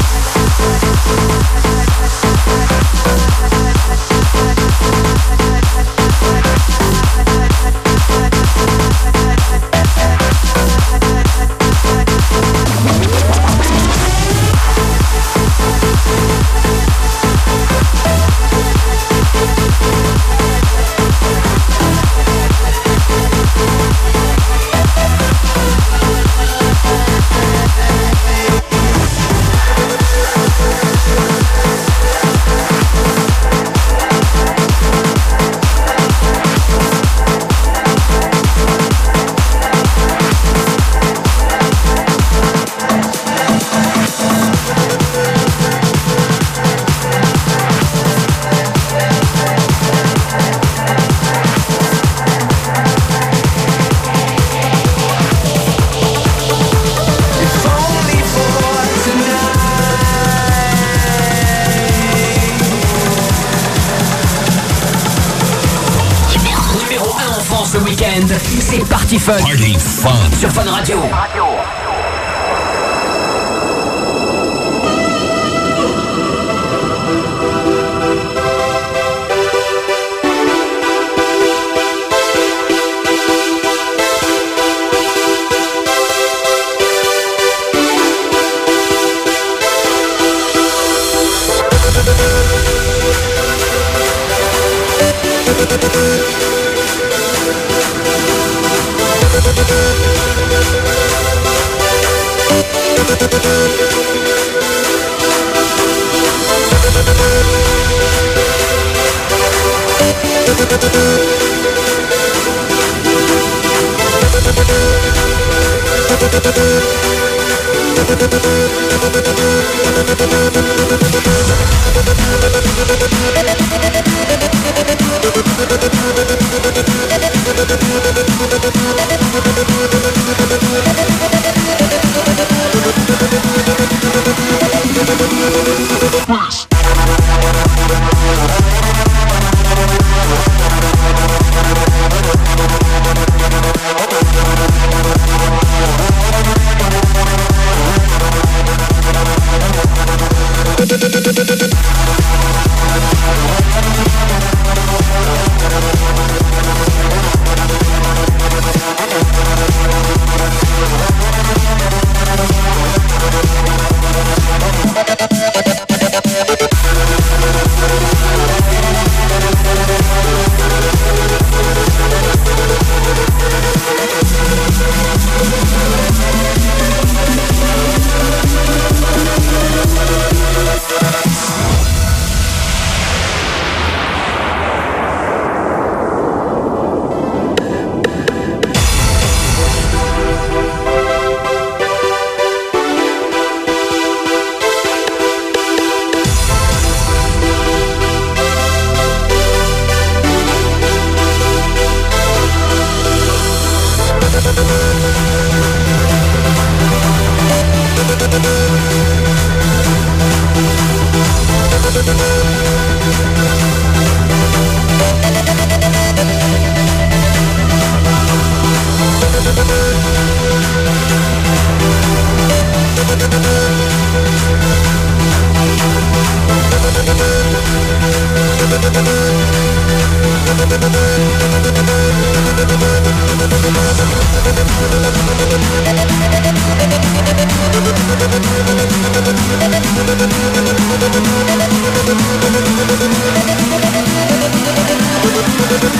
If only for tonight. Numéro un en France le week-end, c'est Party Fun. Party Fun. Sur Fun Radio.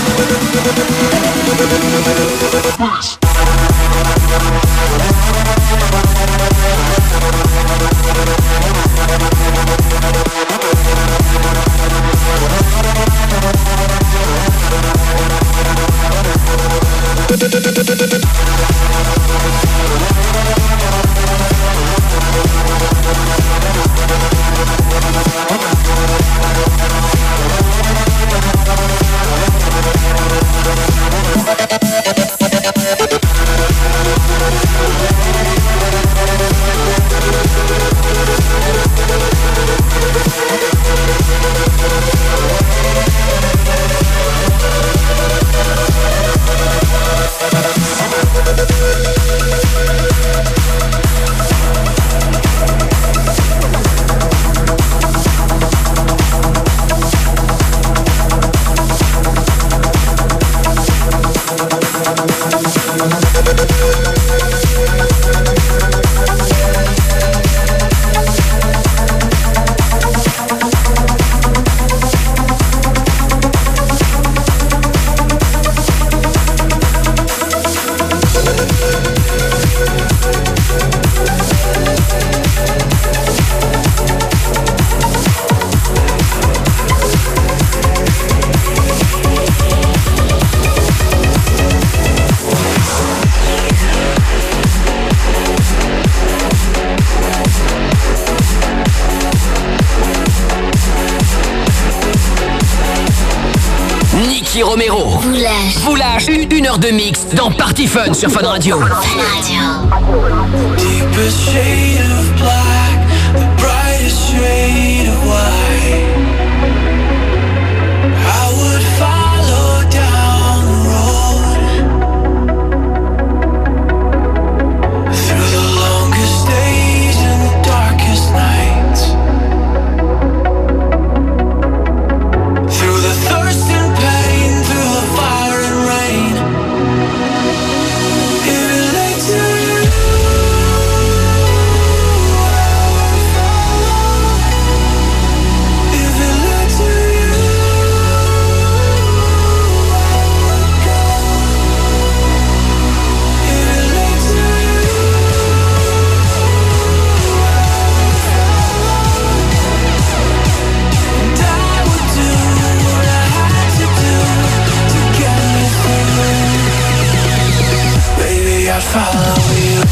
Nicky Romero vous lâche, vous lâche une, une heure de mix dans Party Fun sur Fun Radio. Fun Radio. Deepest shade of black, the brightest shade of white. I would follow down the road through the longest days and the darkest nights, through the thirst and pain, through the fire and rain. If it led to you, if it led to you, if it led to you, and I would do what I had to do to get me through. Baby, I'd follow you.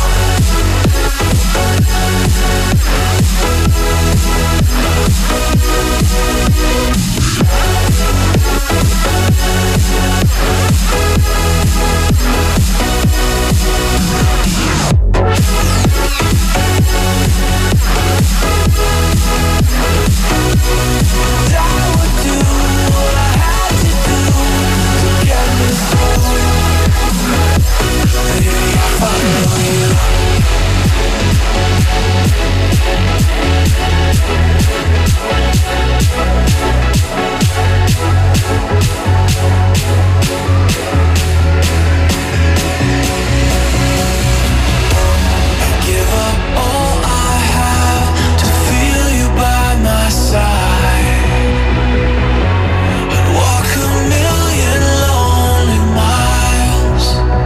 Give up all I have to feel you by my side, and walk a million lonely miles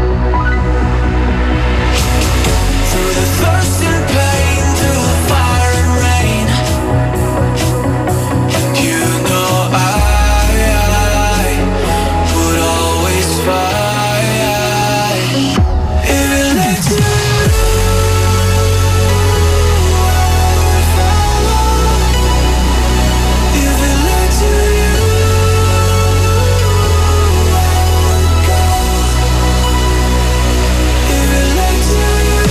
through the thirst and pain, through the fire and rain. And you know I, I would always fight. If it led to you, if it led to you, I would go. If it led to you,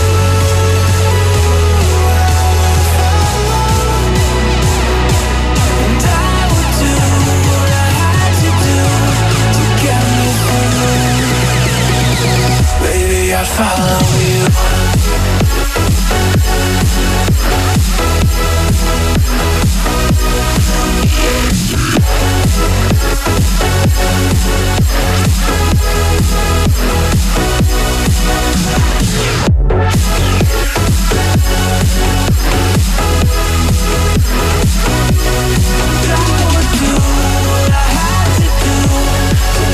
and I would do what I had to do to get me through. Baby, I'd follow you. I would do what I had to do to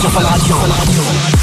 sur Fun Radio. Fun Radio.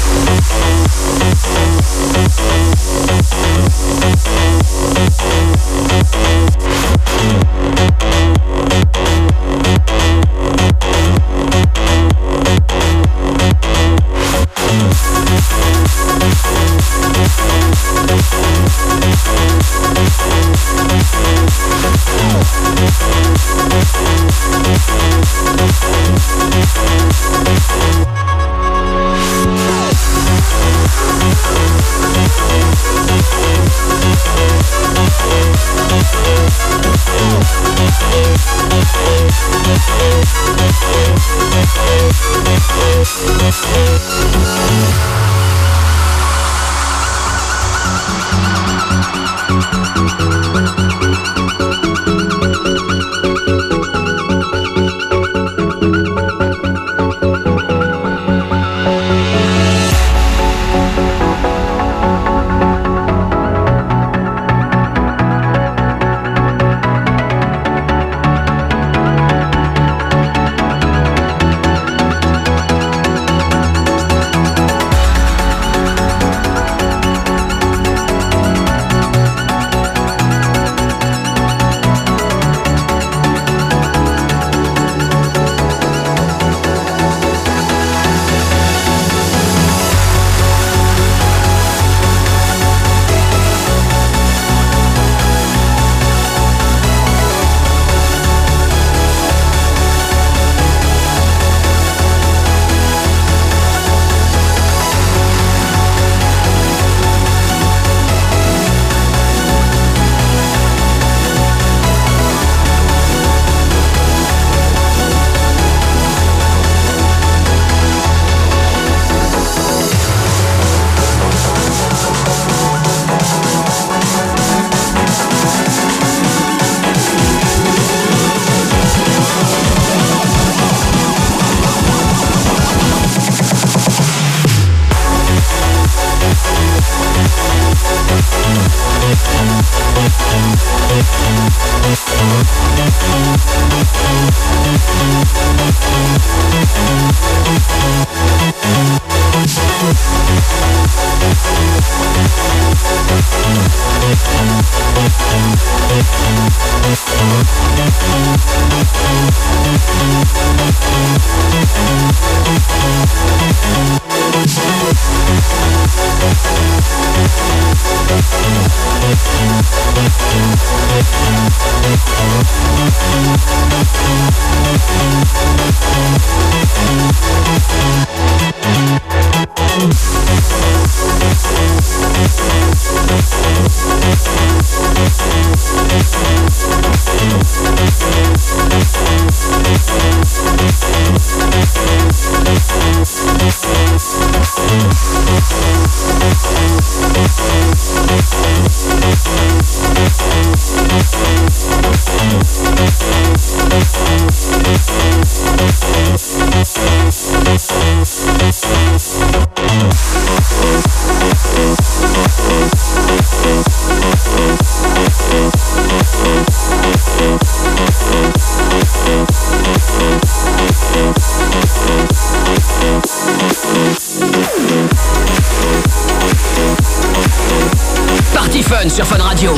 Sur Fun Radio.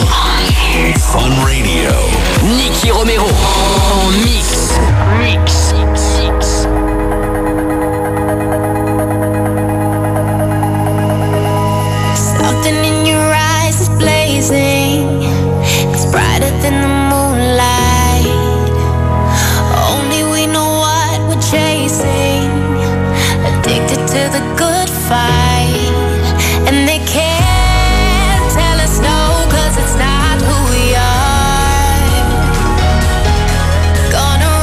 Fun Radio. Nicky Romero en mix. Mix. Mix. Something in your eyes is blazing. It's brighter than the moonlight. Only we know what we're chasing. Addicted to the good fight. And they can't it's not who we are. Gonna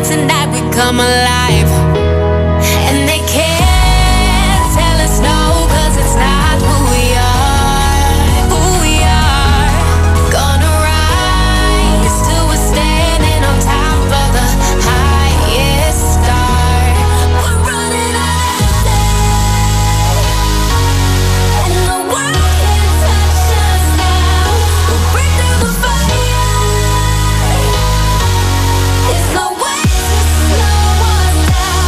tonight we come alive. And they can't tell us no, cause it's not who we are, who we are. Gonna rise till we're standing on top of the highest star. We're running out of steam, and the world can't touch us now. We'll break through the fire. There's no way to slow us down.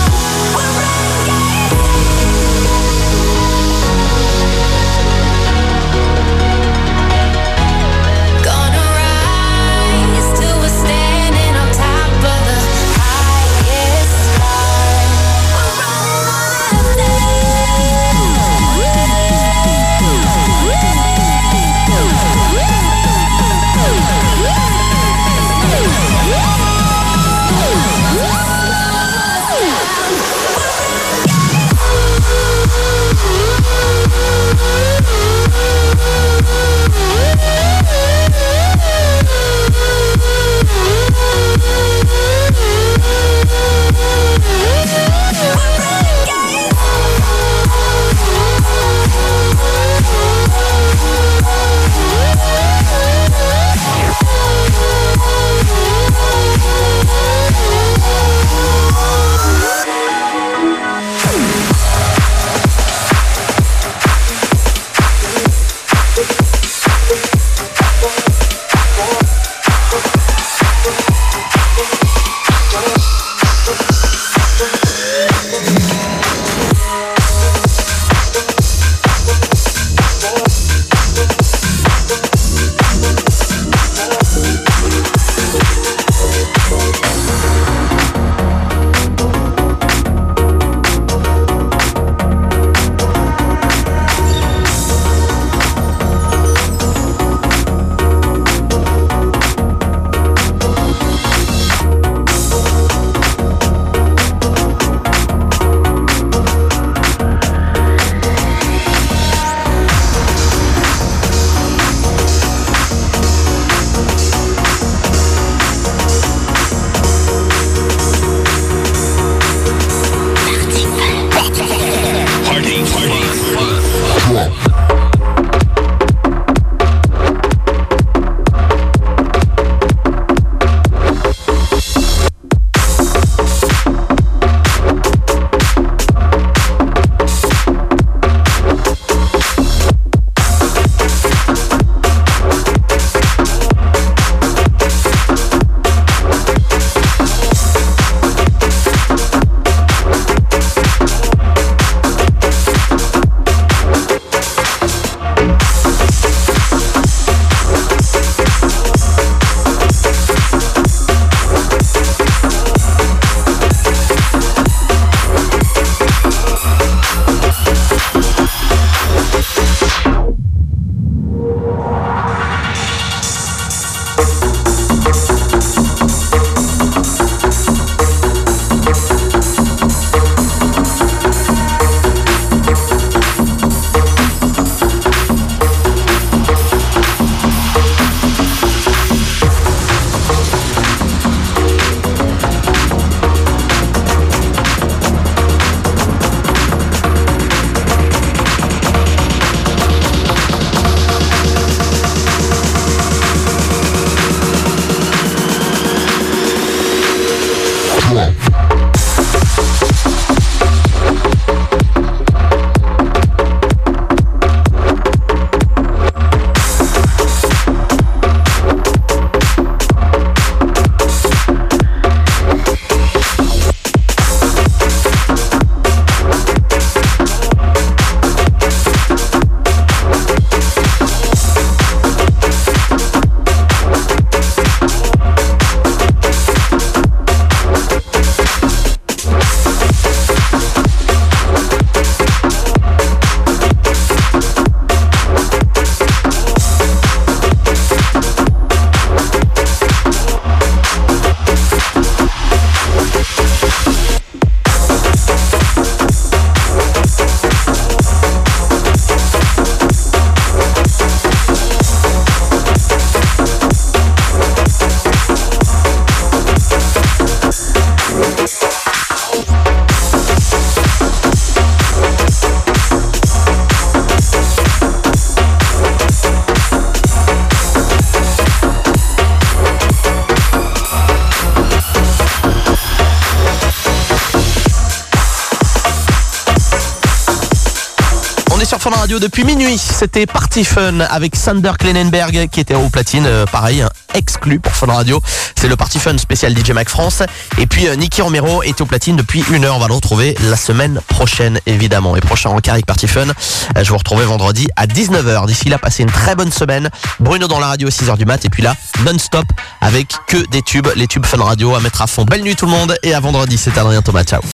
Fun Radio depuis minuit. C'était Party Fun avec Sander Klenenberg qui était au platine. Euh, pareil, hein, exclu pour Fun Radio. C'est le Party Fun spécial D J Mac France. Et puis euh, Nicky Romero était au platine depuis une heure. On va le retrouver la semaine prochaine, évidemment. Et prochain rencard avec Party Fun, euh, je vous retrouve vendredi à dix-neuf heures. D'ici là, passez une très bonne semaine. Bruno dans la radio à six heures du mat. Et puis là, non-stop avec que des tubes. Les tubes Fun Radio à mettre à fond. Belle nuit tout le monde et à vendredi. C'est Adrien Thomas. Ciao.